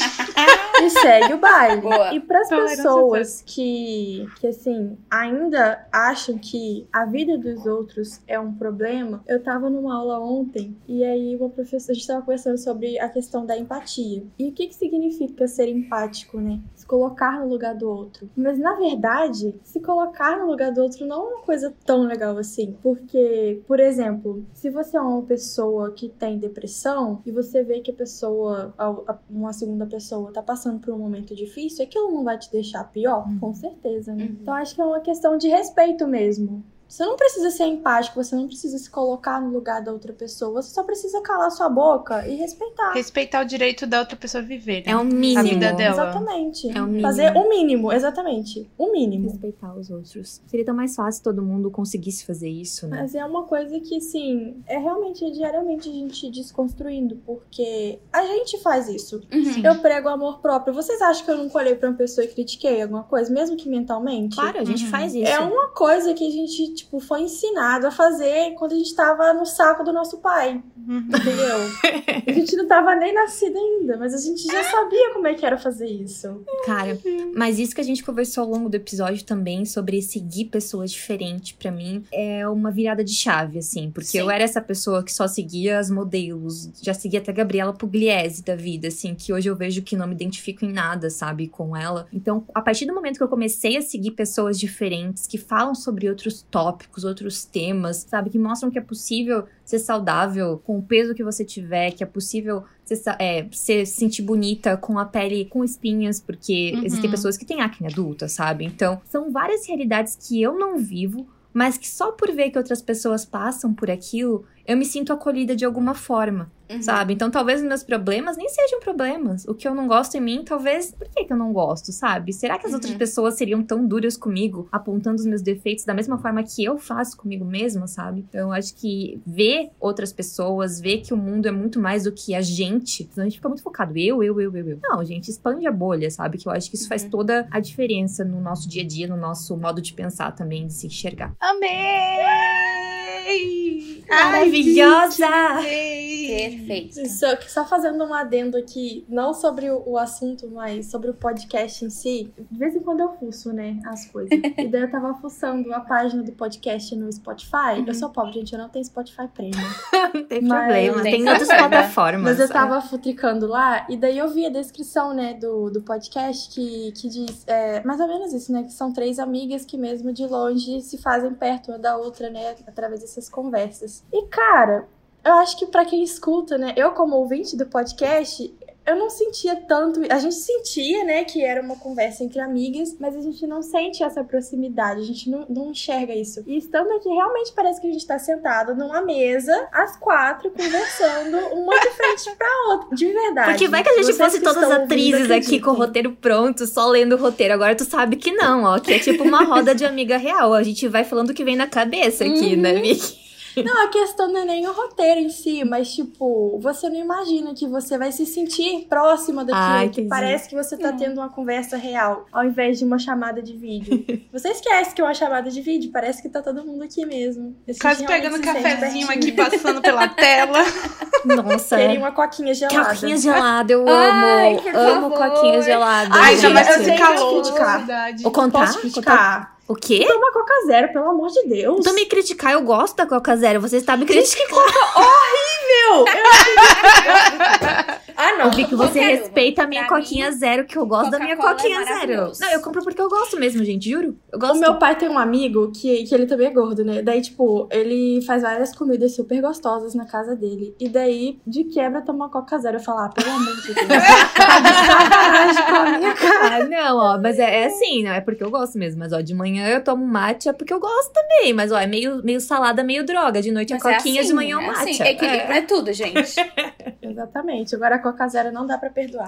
e segue o baile. Boa. E pras Tolerância pessoas que, que, assim, ainda acham que a vida dos outros é um problema, eu tava numa aula ontem e aí uma professora, a gente tava conversando sobre a questão da empatia. E o que que significa ser empático, né? Se colocar no lugar do outro. Mas, na verdade, se colocar no lugar do outro não é uma coisa tão legal assim. Porque, por exemplo, se você é uma pessoa que tem depressão e você vê que a pessoa, a- a- uma segunda pessoa, tá passando por um momento difícil, aquilo não vai te deixar pior? Com certeza, né? Uhum. Então, acho que é uma questão de respeito mesmo. Você não precisa ser empático, você não precisa se colocar no lugar da outra pessoa, você só precisa calar sua boca e respeitar. Respeitar o direito da outra pessoa viver, né? É o mínimo. A vida dela. Exatamente. É o mínimo. Fazer o mínimo, exatamente. O mínimo. Respeitar os outros. Seria tão mais fácil todo mundo conseguisse fazer isso, né? Mas é uma coisa que, assim, é realmente diariamente a gente desconstruindo, porque a gente faz isso. Uhum. Eu prego amor próprio. Vocês acham que eu nunca olhei pra uma pessoa e critiquei alguma coisa, mesmo que mentalmente? Claro, a gente Uhum. faz isso. É uma coisa que a gente, tipo, foi ensinado a fazer quando a gente tava no saco do nosso pai, Uhum. entendeu? A gente não tava nem nascida ainda, mas a gente já sabia como é que era fazer isso. Cara, mas isso que a gente conversou ao longo do episódio também, sobre seguir pessoas diferentes, pra mim, é uma virada de chave, assim. Porque Sim. eu era essa pessoa que só seguia as modelos, já seguia até Gabriela Pugliese da vida, assim, que hoje eu vejo que não me identifico em nada, sabe, com ela. Então, a partir do momento que eu comecei a seguir pessoas diferentes, que falam sobre outros tópicos, outros temas, sabe, que mostram que é possível ser saudável com o peso que você tiver, que é possível você, sa- é, se sentir bonita com a pele com espinhas, porque Uhum. existem pessoas que têm acne adulta, sabe? Então, são várias realidades que eu não vivo, mas que só por ver que outras pessoas passam por aquilo, eu me sinto acolhida de alguma forma. Uhum. Sabe? Então, talvez os meus problemas nem sejam problemas. O que eu não gosto em mim, talvez... Por que que eu não gosto, sabe? Será que as Uhum. outras pessoas seriam tão duras comigo, apontando os meus defeitos da mesma forma que eu faço comigo mesma, sabe? Então, eu acho que ver outras pessoas, ver que o mundo é muito mais do que a gente, senão a gente fica muito focado. Eu, eu, eu, eu, eu. Não, gente, expande a bolha, sabe? Que eu acho que isso faz Uhum. toda a diferença no nosso dia a dia, no nosso modo de pensar também, de se enxergar. Amei! Maravilhosa! Amei! Perfeito. Só, só fazendo um adendo aqui, não sobre o, o assunto, mas sobre o podcast em si. De vez em quando eu fuço, né, as coisas. E daí eu tava fuçando a página do podcast no Spotify. Uhum. Eu sou pobre, gente, eu não tenho Spotify Premium. Não tem Mas- problema, tem Tem outras problema. plataformas. Mas eu tava futricando lá, e daí eu vi a descrição, né, do, do podcast que, que diz é, mais ou menos isso, né, que são três amigas que mesmo de longe se fazem perto uma da outra, né, através dessas conversas. E, cara, eu acho que pra quem escuta, né, eu como ouvinte do podcast, eu não sentia tanto. A gente sentia, né, que era uma conversa entre amigas, mas a gente não sente essa proximidade, a gente não, não enxerga isso. E estando aqui, realmente parece que a gente tá sentado numa mesa, às quatro, conversando, uma de frente pra outra. De verdade. Porque vai que a gente Vocês fosse que todas estão atrizes ouvindo, aqui com o acreditem. roteiro pronto, só lendo o roteiro. Agora tu sabe que não, ó. Que é tipo uma roda de amiga real. A gente vai falando o que vem na cabeça aqui, Uhum. né, Vicky? Não, a questão não é nem o roteiro em si, mas, tipo, você não imagina que você vai se sentir próxima daquilo, Ah, que entendi. parece que você tá Hum. tendo uma conversa real, ao invés de uma chamada de vídeo. Você esquece que é uma chamada de vídeo, parece que tá todo mundo aqui mesmo. A gente Quase realmente pegando se sente cafezinho pertinho. aqui, passando pela tela. Nossa. Queria uma coquinha gelada. Coquinha gelada, eu amo. Ai, por amo favor. coquinha gelada. Ai, gente. já mas eu esse tenho que calor, criticar. verdade. O contar? Posso criticar? O quê? Toma Coca Zero, pelo amor de Deus. Tu me criticar, eu gosto da Coca Zero. Você está me criticando. Meu, eu Ah, não. Eu vi que você Qualquer uma. respeita a minha Pra coquinha zero, que eu gosto da minha Coca-Cola é coquinha zero. maravilhoso. Não, eu compro porque eu gosto mesmo, gente, juro. Eu gosto. O meu pai tem um amigo que, que ele também é gordo, né? Daí, tipo, ele faz várias comidas super gostosas na casa dele. E daí, de quebra, toma Coca Zero. Eu falo, ah, pelo amor de Deus. Tá de sacanagem com a minha cara. Ah, não, ó, mas é, é assim, não é porque eu gosto mesmo. Mas, ó, de manhã eu tomo matcha porque eu gosto também. Mas, ó, é meio, meio salada, meio droga. De noite é Mas é coquinha, assim, de manhã é é matcha. assim. Equilíbrio é tudo, gente. Exatamente. Agora a Coca Zero não dá pra perdoar.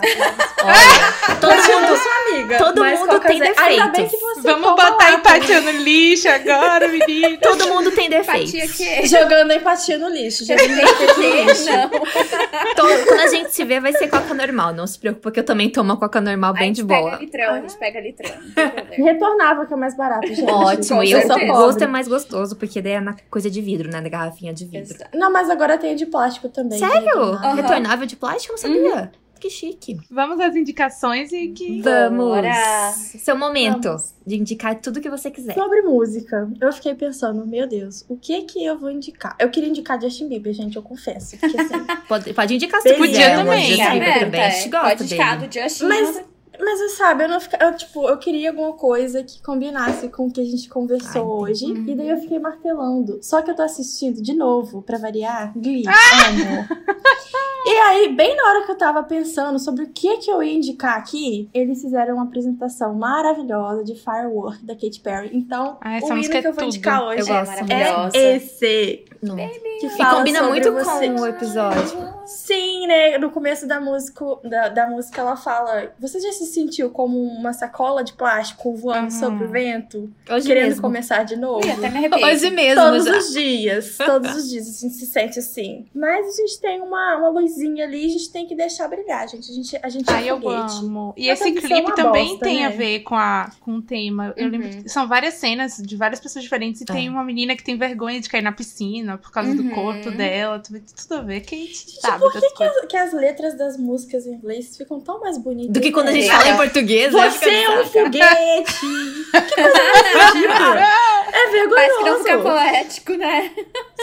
Olha, todo Eu mundo, sou amiga. todo mas mundo Coca tem Zero- Ainda bem defeitos. que você Vamos toma botar lá, empatia no lixo agora, menina. todo mundo tem defeitos. Empatia que... Jogando a empatia no lixo. Jogando a empatia no lixo. Não. Todo- quando a gente se vê, vai ser coca normal. Não se preocupa que eu também tomo a coca normal A bem gente de pega boa. litrão, a gente pega litrão. Não tem problema. Retornável, que é mais barato, gente. Ótimo, Com e o certeza. gosto é mais gostoso, porque daí é na coisa de vidro, né? Na garrafinha de vidro. Exato. Não, mas agora tem de plástico também. Sério? de retornável. Aham. Retornável de plástico? Eu não sabia. Que chique. Vamos às indicações e que... Vamos. Bora. Seu momento Vamos. de indicar tudo que você quiser. Sobre música, eu fiquei pensando, meu Deus, o que que eu vou indicar? Eu queria indicar Justin Bieber, gente, eu confesso. Porque assim, Pode, pode indicar se Podia quiser. também. o Justin Fica Bieber aberta, também. A gente é. gosta Pode indicar dele. do Justin. Mas- mas sabe, eu não fica, eu, tipo, eu queria alguma coisa que combinasse com o que a gente conversou Ah, entendi. hoje. E daí eu fiquei martelando. Só que eu tô assistindo de novo, pra variar, Glee. Amo. E aí, bem na hora que eu tava pensando sobre o que que eu ia indicar aqui, eles fizeram uma apresentação maravilhosa de Firework da Katy Perry. Então, Ah, essa o hino música é que eu vou tudo. indicar hoje Eu gosto muito. é Maravilhosa. esse. Não. Que E fala combina sobre muito você. com o episódio. Sim, né? No começo da música, da, da música ela fala: você já se sentiu como uma sacola de plástico voando Uhum. sobre o vento, Hoje querendo mesmo. começar de novo? Ih, até me arrepio. Hoje mesmo Todos já. os dias, todos os dias a gente se sente assim. Mas a gente tem uma, uma luzinha ali, a gente tem que deixar brilhar, gente. A gente, a gente Ai, é eu foguete. amo. E A esse produção é clipe uma também bosta, tem né? a ver com, a, com o tema. Eu Uhum. lembro que são várias cenas de várias pessoas diferentes. E tem É. uma menina que tem vergonha de cair na piscina por causa do Uhum. corpo dela. Tudo, tudo a ver. Quem Gente, sabe por das que, que, coisas. as, que as letras das músicas em inglês ficam tão mais bonitas? Do que quando a gente né? fala em português, né? Você é um Fica- foguete! Que coisa mais ridícula! É vergonhoso! Parece que não fica poético, né?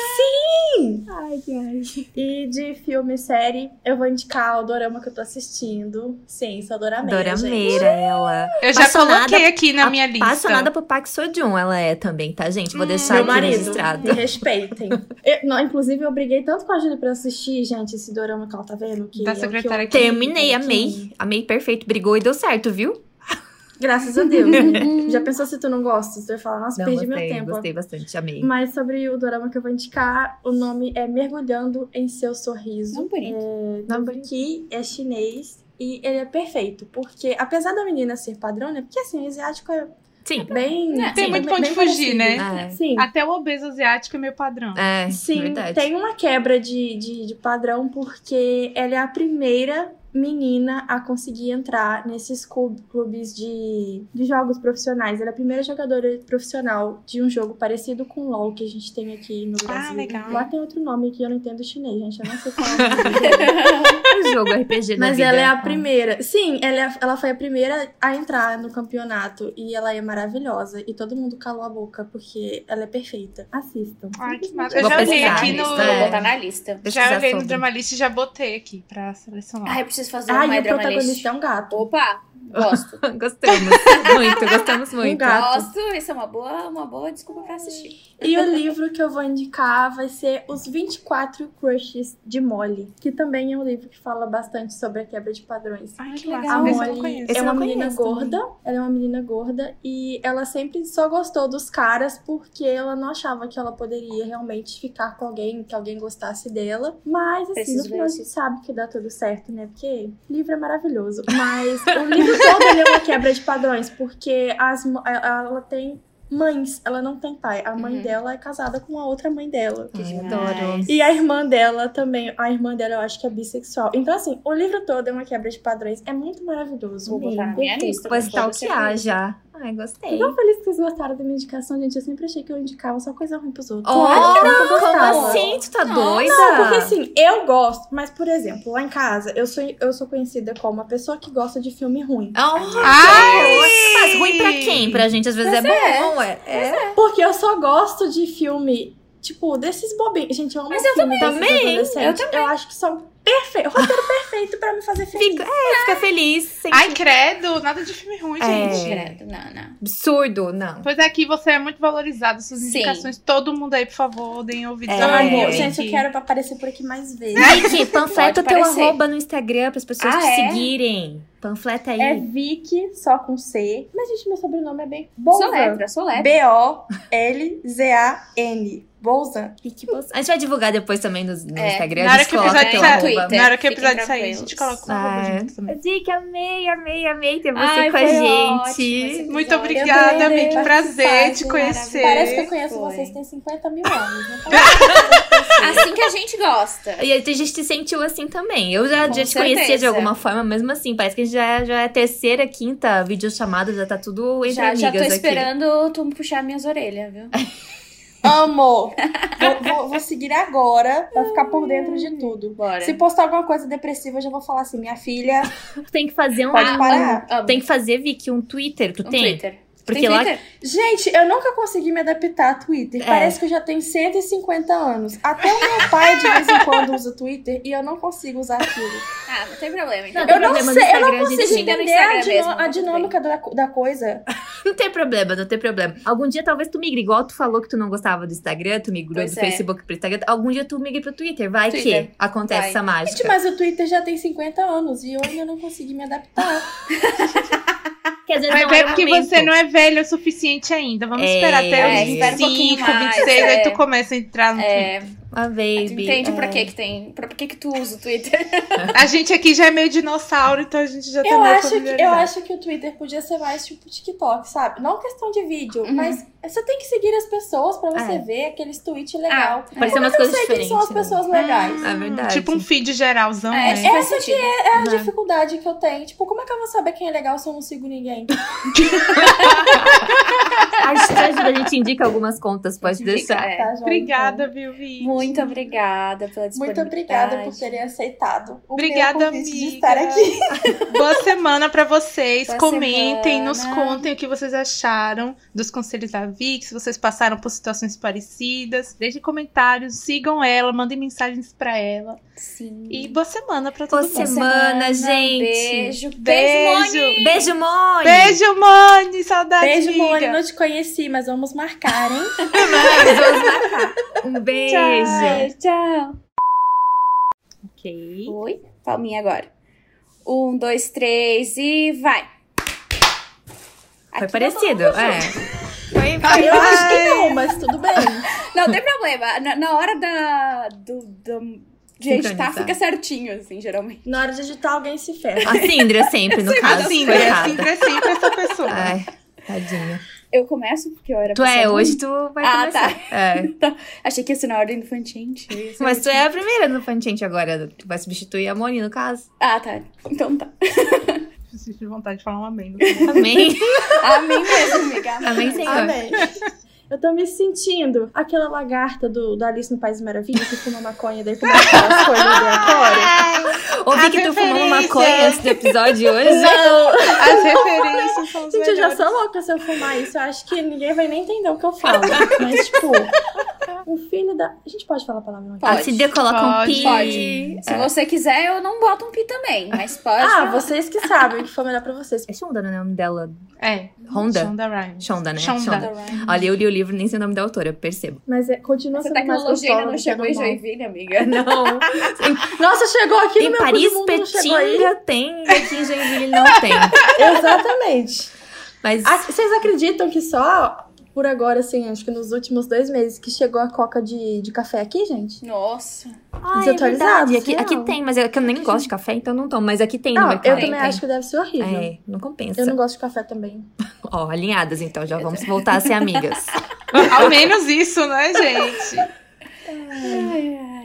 Ai, ai. E de filme e série, eu vou indicar o dorama que eu tô assistindo. Sim, sou dorameira, gente. Dorameira, ela. Eu já Apaixonada- coloquei aqui na minha lista. Apaixonada por Park Seo-joon, ela é também, tá, gente? Vou deixar Meu aqui marido, registrado. me respeitem. Eu- não, inclusive, eu briguei tanto com a Júlia pra assistir, gente, esse dorama que ela tá vendo. Que Da é o que eu- secretária aqui. Terminei, que- amei. Amei, perfeito. Brigou e deu certo, viu? Graças a Deus, né? Já pensou se tu não gosta? Tu vai falar, nossa, Não, perdi gostei, meu tempo. gostei bastante, amei. Mas sobre o dorama que eu vou indicar, o nome é Mergulhando em Seu Sorriso. Não bonito. É, Não nome aqui é chinês e ele é perfeito, porque apesar da menina ser padrão, né? Porque assim, o asiático é Sim. bem... É, tem bem- muito pra onde bem fugir, parecido. né? É. Sim. Até o obeso asiático é meu padrão. É, Sim, verdade. tem uma quebra de, de, de padrão, porque ela é a primeira menina a conseguir entrar nesses clu- clubes de, de jogos profissionais. Ela é a primeira jogadora profissional de um jogo parecido com o LoL que a gente tem aqui no Brasil. legal. Lá tem outro nome que eu não entendo chinês, gente. Eu não sei qual é o nome dele. O jogo R P G da Mas vida. ela é a Ah. primeira. Sim, ela, é- ela foi a primeira a entrar no campeonato. E ela é maravilhosa. E todo mundo calou a boca, porque ela é perfeita. Assistam. Ai, que Simplesmente massa. Eu Vou já olhei pesquisar aqui nisso, no... Vou É. botar na lista. Pesquisar Já olhei no sobre. Dramalist e já botei aqui pra selecionar. Ai, eu preciso preciso fazer Ah, uma e o drama protagonista list. é um gato. Opa, gosto. Gostamos muito, gostamos muito. gato. Gosto, isso é uma boa, uma boa desculpa pra assistir. E o livro que eu vou indicar vai ser Os vinte e quatro Crushes de Molly, que também é um livro que fala bastante sobre a quebra de padrões. Ai, que legal. legal. A Esse eu não Molly conheço. Esse é eu uma não menina conheço gorda, ela é uma menina gorda e ela sempre só gostou dos caras porque ela não achava que ela poderia realmente ficar com alguém, que alguém gostasse dela. Mas assim, Preciso no final a ver gente sabe que dá tudo certo, né? Porque o livro é maravilhoso. Mas o livro todo ele é uma quebra de padrões, porque as, ela tem mães, ela não tem pai. A mãe Uhum. dela é casada com a outra mãe dela. Ai, demais. adoro. E a irmã dela também, a irmã dela eu acho que é bissexual. Então, assim, o livro todo é uma quebra de padrões. É muito maravilhoso. Vou botar na minha Perfeito. lista. Vou com toda stalkear certeza. já. Ai, gostei. Tô tão feliz que vocês gostaram da minha indicação, gente. Eu sempre achei que eu indicava só coisa ruim pros outros. Oh, Claro que eu nunca como gostava. assim? Tu tá Nossa, doida? Não, porque assim, eu gosto, mas por exemplo, lá em casa, eu sou, eu sou conhecida como uma pessoa que gosta de filme ruim. Ai! Mas ruim pra quem? Pra gente às vezes é bom, é. é. Porque eu só gosto de filme, tipo, desses bobinhos. Gente, eu amo Mas eu filme desses também, adolescentes. eu Eu acho que são perfeitos. Roteiro perfeito pra me fazer feliz. Fica, é, fica feliz. Sente... Ai, credo, nada de filme ruim, É. gente. Credo, não, não. Absurdo, não. Pois aqui você é muito valorizado, suas Sim. indicações. Todo mundo aí, por favor, deem ouvidos É. a Ai, Molly. meu, gente, eu quero aparecer por aqui mais vezes. Vicky, panfleta o Pode teu aparecer. arroba no Instagram pras pessoas Ah, te é? seguirem. Panfleta aí. É Vicky, só com C. Mas, gente, meu sobrenome é bem Sou Bolzan. letra, sou letra. B O L Z A N. Bolzan. Vicky Bolsa. A gente vai divulgar depois também no, no É. Instagram. Na A hora gente que o coloca episódio teu no sair, arroba. Twitter. na hora que o Fiquem episódio sair, a tranquilos. gente coloca o arroba Ah, junto também. Vicky, amei, amei, amei ter você Ai, com a foi gente. ótimo esse Muito episódio. obrigada, Eu também Vicky. adorei Prazer participar, te gente. conhecer. Parece que eu conheço Foi. vocês tem cinquenta mil anos. Né? Assim que a gente gosta. E a gente se sentiu assim também. Eu já, Com já te conhecia de certeza. alguma forma, mesmo assim. Parece que já, já é a terceira, quinta videochamada, já tá tudo entre Já, amigas já tô aqui. esperando tu puxar minhas orelhas, viu? Amo! Vou, vou- vou seguir agora pra ficar por dentro de tudo. Bora. Se postar alguma coisa depressiva, eu já vou falar assim, minha filha, Tem que fazer um... pode Ah, parar. amo. Tem que fazer, Vicky, um Twitter. Tu Um tem? Twitter. Porque Tem lá... Twitter? Gente, eu nunca consegui me adaptar a Twitter. É. Parece que eu já tenho cento e cinquenta anos. Até o meu pai de vez em quando usa Twitter e eu não consigo usar aquilo. Ah, não tem problema, então. Não, tem Eu não problema no sei, eu não Instagram, a gente consigo xinga no entender a, Instagram dino- mesmo, a tá tudo dinâmica da, da coisa. Não tem problema, não tem problema. Algum dia talvez tu migre, igual tu falou que tu não gostava do Instagram, tu migrou Pois do é. Facebook pro Instagram. Algum dia tu migre pro Twitter, vai Twitter. que acontece Vai. essa mágica. Gente, mas o Twitter já tem cinquenta anos e eu ainda não consegui me adaptar. Que às vezes Mas não é era o porque momento. você não é velho o suficiente ainda. Vamos É, esperar até é, os espera um pouquinho vinte e cinco, mais, vinte e seis, é. aí tu começa a entrar no Twitter. É, A tu baby. entende é. pra que que tem... Pra que que tu usa o Twitter? A gente aqui já é meio dinossauro, então a gente já tá Eu meio acho, que, eu familiarizado. acho que o Twitter podia ser mais tipo TikTok, sabe? Não questão de vídeo, Uhum. mas você tem que seguir as pessoas pra você É. ver aqueles tweets legal. Ah, Parecer umas eu coisas sei quem diferentes. são as né? pessoas legais. É verdade. Tipo um feed geralzão, É, né? faz sentido. É a Né? dificuldade que eu tenho. Tipo, como é que eu vou saber quem é legal se eu não sigo ninguém? A gente ajuda, a gente indica algumas contas, pode Indica, deixar. é. Tá, João? Obrigada, viu, Vi? Muito obrigada pela disponibilidade. Muito obrigada por terem aceitado o Obrigada, meu convite de amiga. estar aqui. Boa semana pra vocês. Boa Comentem, semana. nos contem o que vocês acharam dos conselhos da Vicky, se vocês passaram por situações parecidas. Deixem comentários, sigam ela, mandem mensagens pra ela. Sim. E boa semana pra Boa todo mundo. semana, gente. Beijo. Beijo. Beijo, Moni. Beijo, Moni! Beijo, Moni! Saudade, Beijo, amiga. Moni. Não te conheci, mas vamos marcar, hein? Um beijo! Tchau. Tchau. Ok. Oi. Palminha agora. Um, dois, três e vai. Foi Aqui parecido, não vamos é. junto. Foi, Ah, eu acho que Ai. não, mas tudo bem. Não tem problema. Na, na hora da, do, do, de editar, Sincronizar. fica certinho, assim, geralmente. Na hora de editar, alguém se ferra. A Cindra sempre, no caso. Assim, foi né? errada. Sempre é sempre essa pessoa. Ai, tadinha. Eu começo porque eu era Tu é, pessoa ruim. hoje tu vai Ah, começar. tá. É. Achei que ia ser na ordem do Fanchente. ia ser Mas tu ótimo. é a primeira no Fanchente agora. Tu vai substituir a Moni, no caso. Ah, tá. Então tá. Preciso de vontade de falar um amém. Amém? Amém mesmo, amiga. Amém, Senhor. Amém. Eu tô me sentindo aquela lagarta do, do Alice no País das Maravilhas que fuma maconha e daí começa aquelas coisas aleatórias. Ouvi A que tu fumou referência. maconha antes do episódio de hoje. Não! As referências são as Gente, eu já melhores. sou louca se eu fumar isso. Eu acho que ninguém vai nem entender o que eu falo. Mas, tipo, o filho da... A gente pode falar palavrão aqui? A Cindra coloca um Pode, pi. pode. Se É. você quiser, eu não boto um pi também, mas pode. Ah, falar. vocês que sabem o que for melhor pra vocês. É Shonda, não é o nome dela? É. Honda? Shonda Rhimes. Shonda, né? Shonda. Shonda. Olha, eu li o livro, nem sei o nome da autora, percebo. Mas é, continua Essa sendo mais tecnologia ainda gostosa não do que chegou em normal. Joinville, amiga. Não. Nossa, chegou aqui no Em meu Paris, mundo, não chegou aí. Petinga tem, e aqui em Joinville não tem. Exatamente. Mas Ah, vocês acreditam que só por agora, assim, acho que nos últimos dois meses que chegou a coca de, de café aqui, gente? Nossa. ah, é desatualizados, verdade. Aqui, real. aqui tem, mas é que eu nem gosto de café, então não tomo. Mas aqui tem no Não, mercado. eu Tem, também tem. acho que deve ser horrível. É, não compensa. Eu não gosto de café também. Ó, alinhadas então, já vamos voltar a ser amigas. Ao menos isso, né, gente? Ai, ai.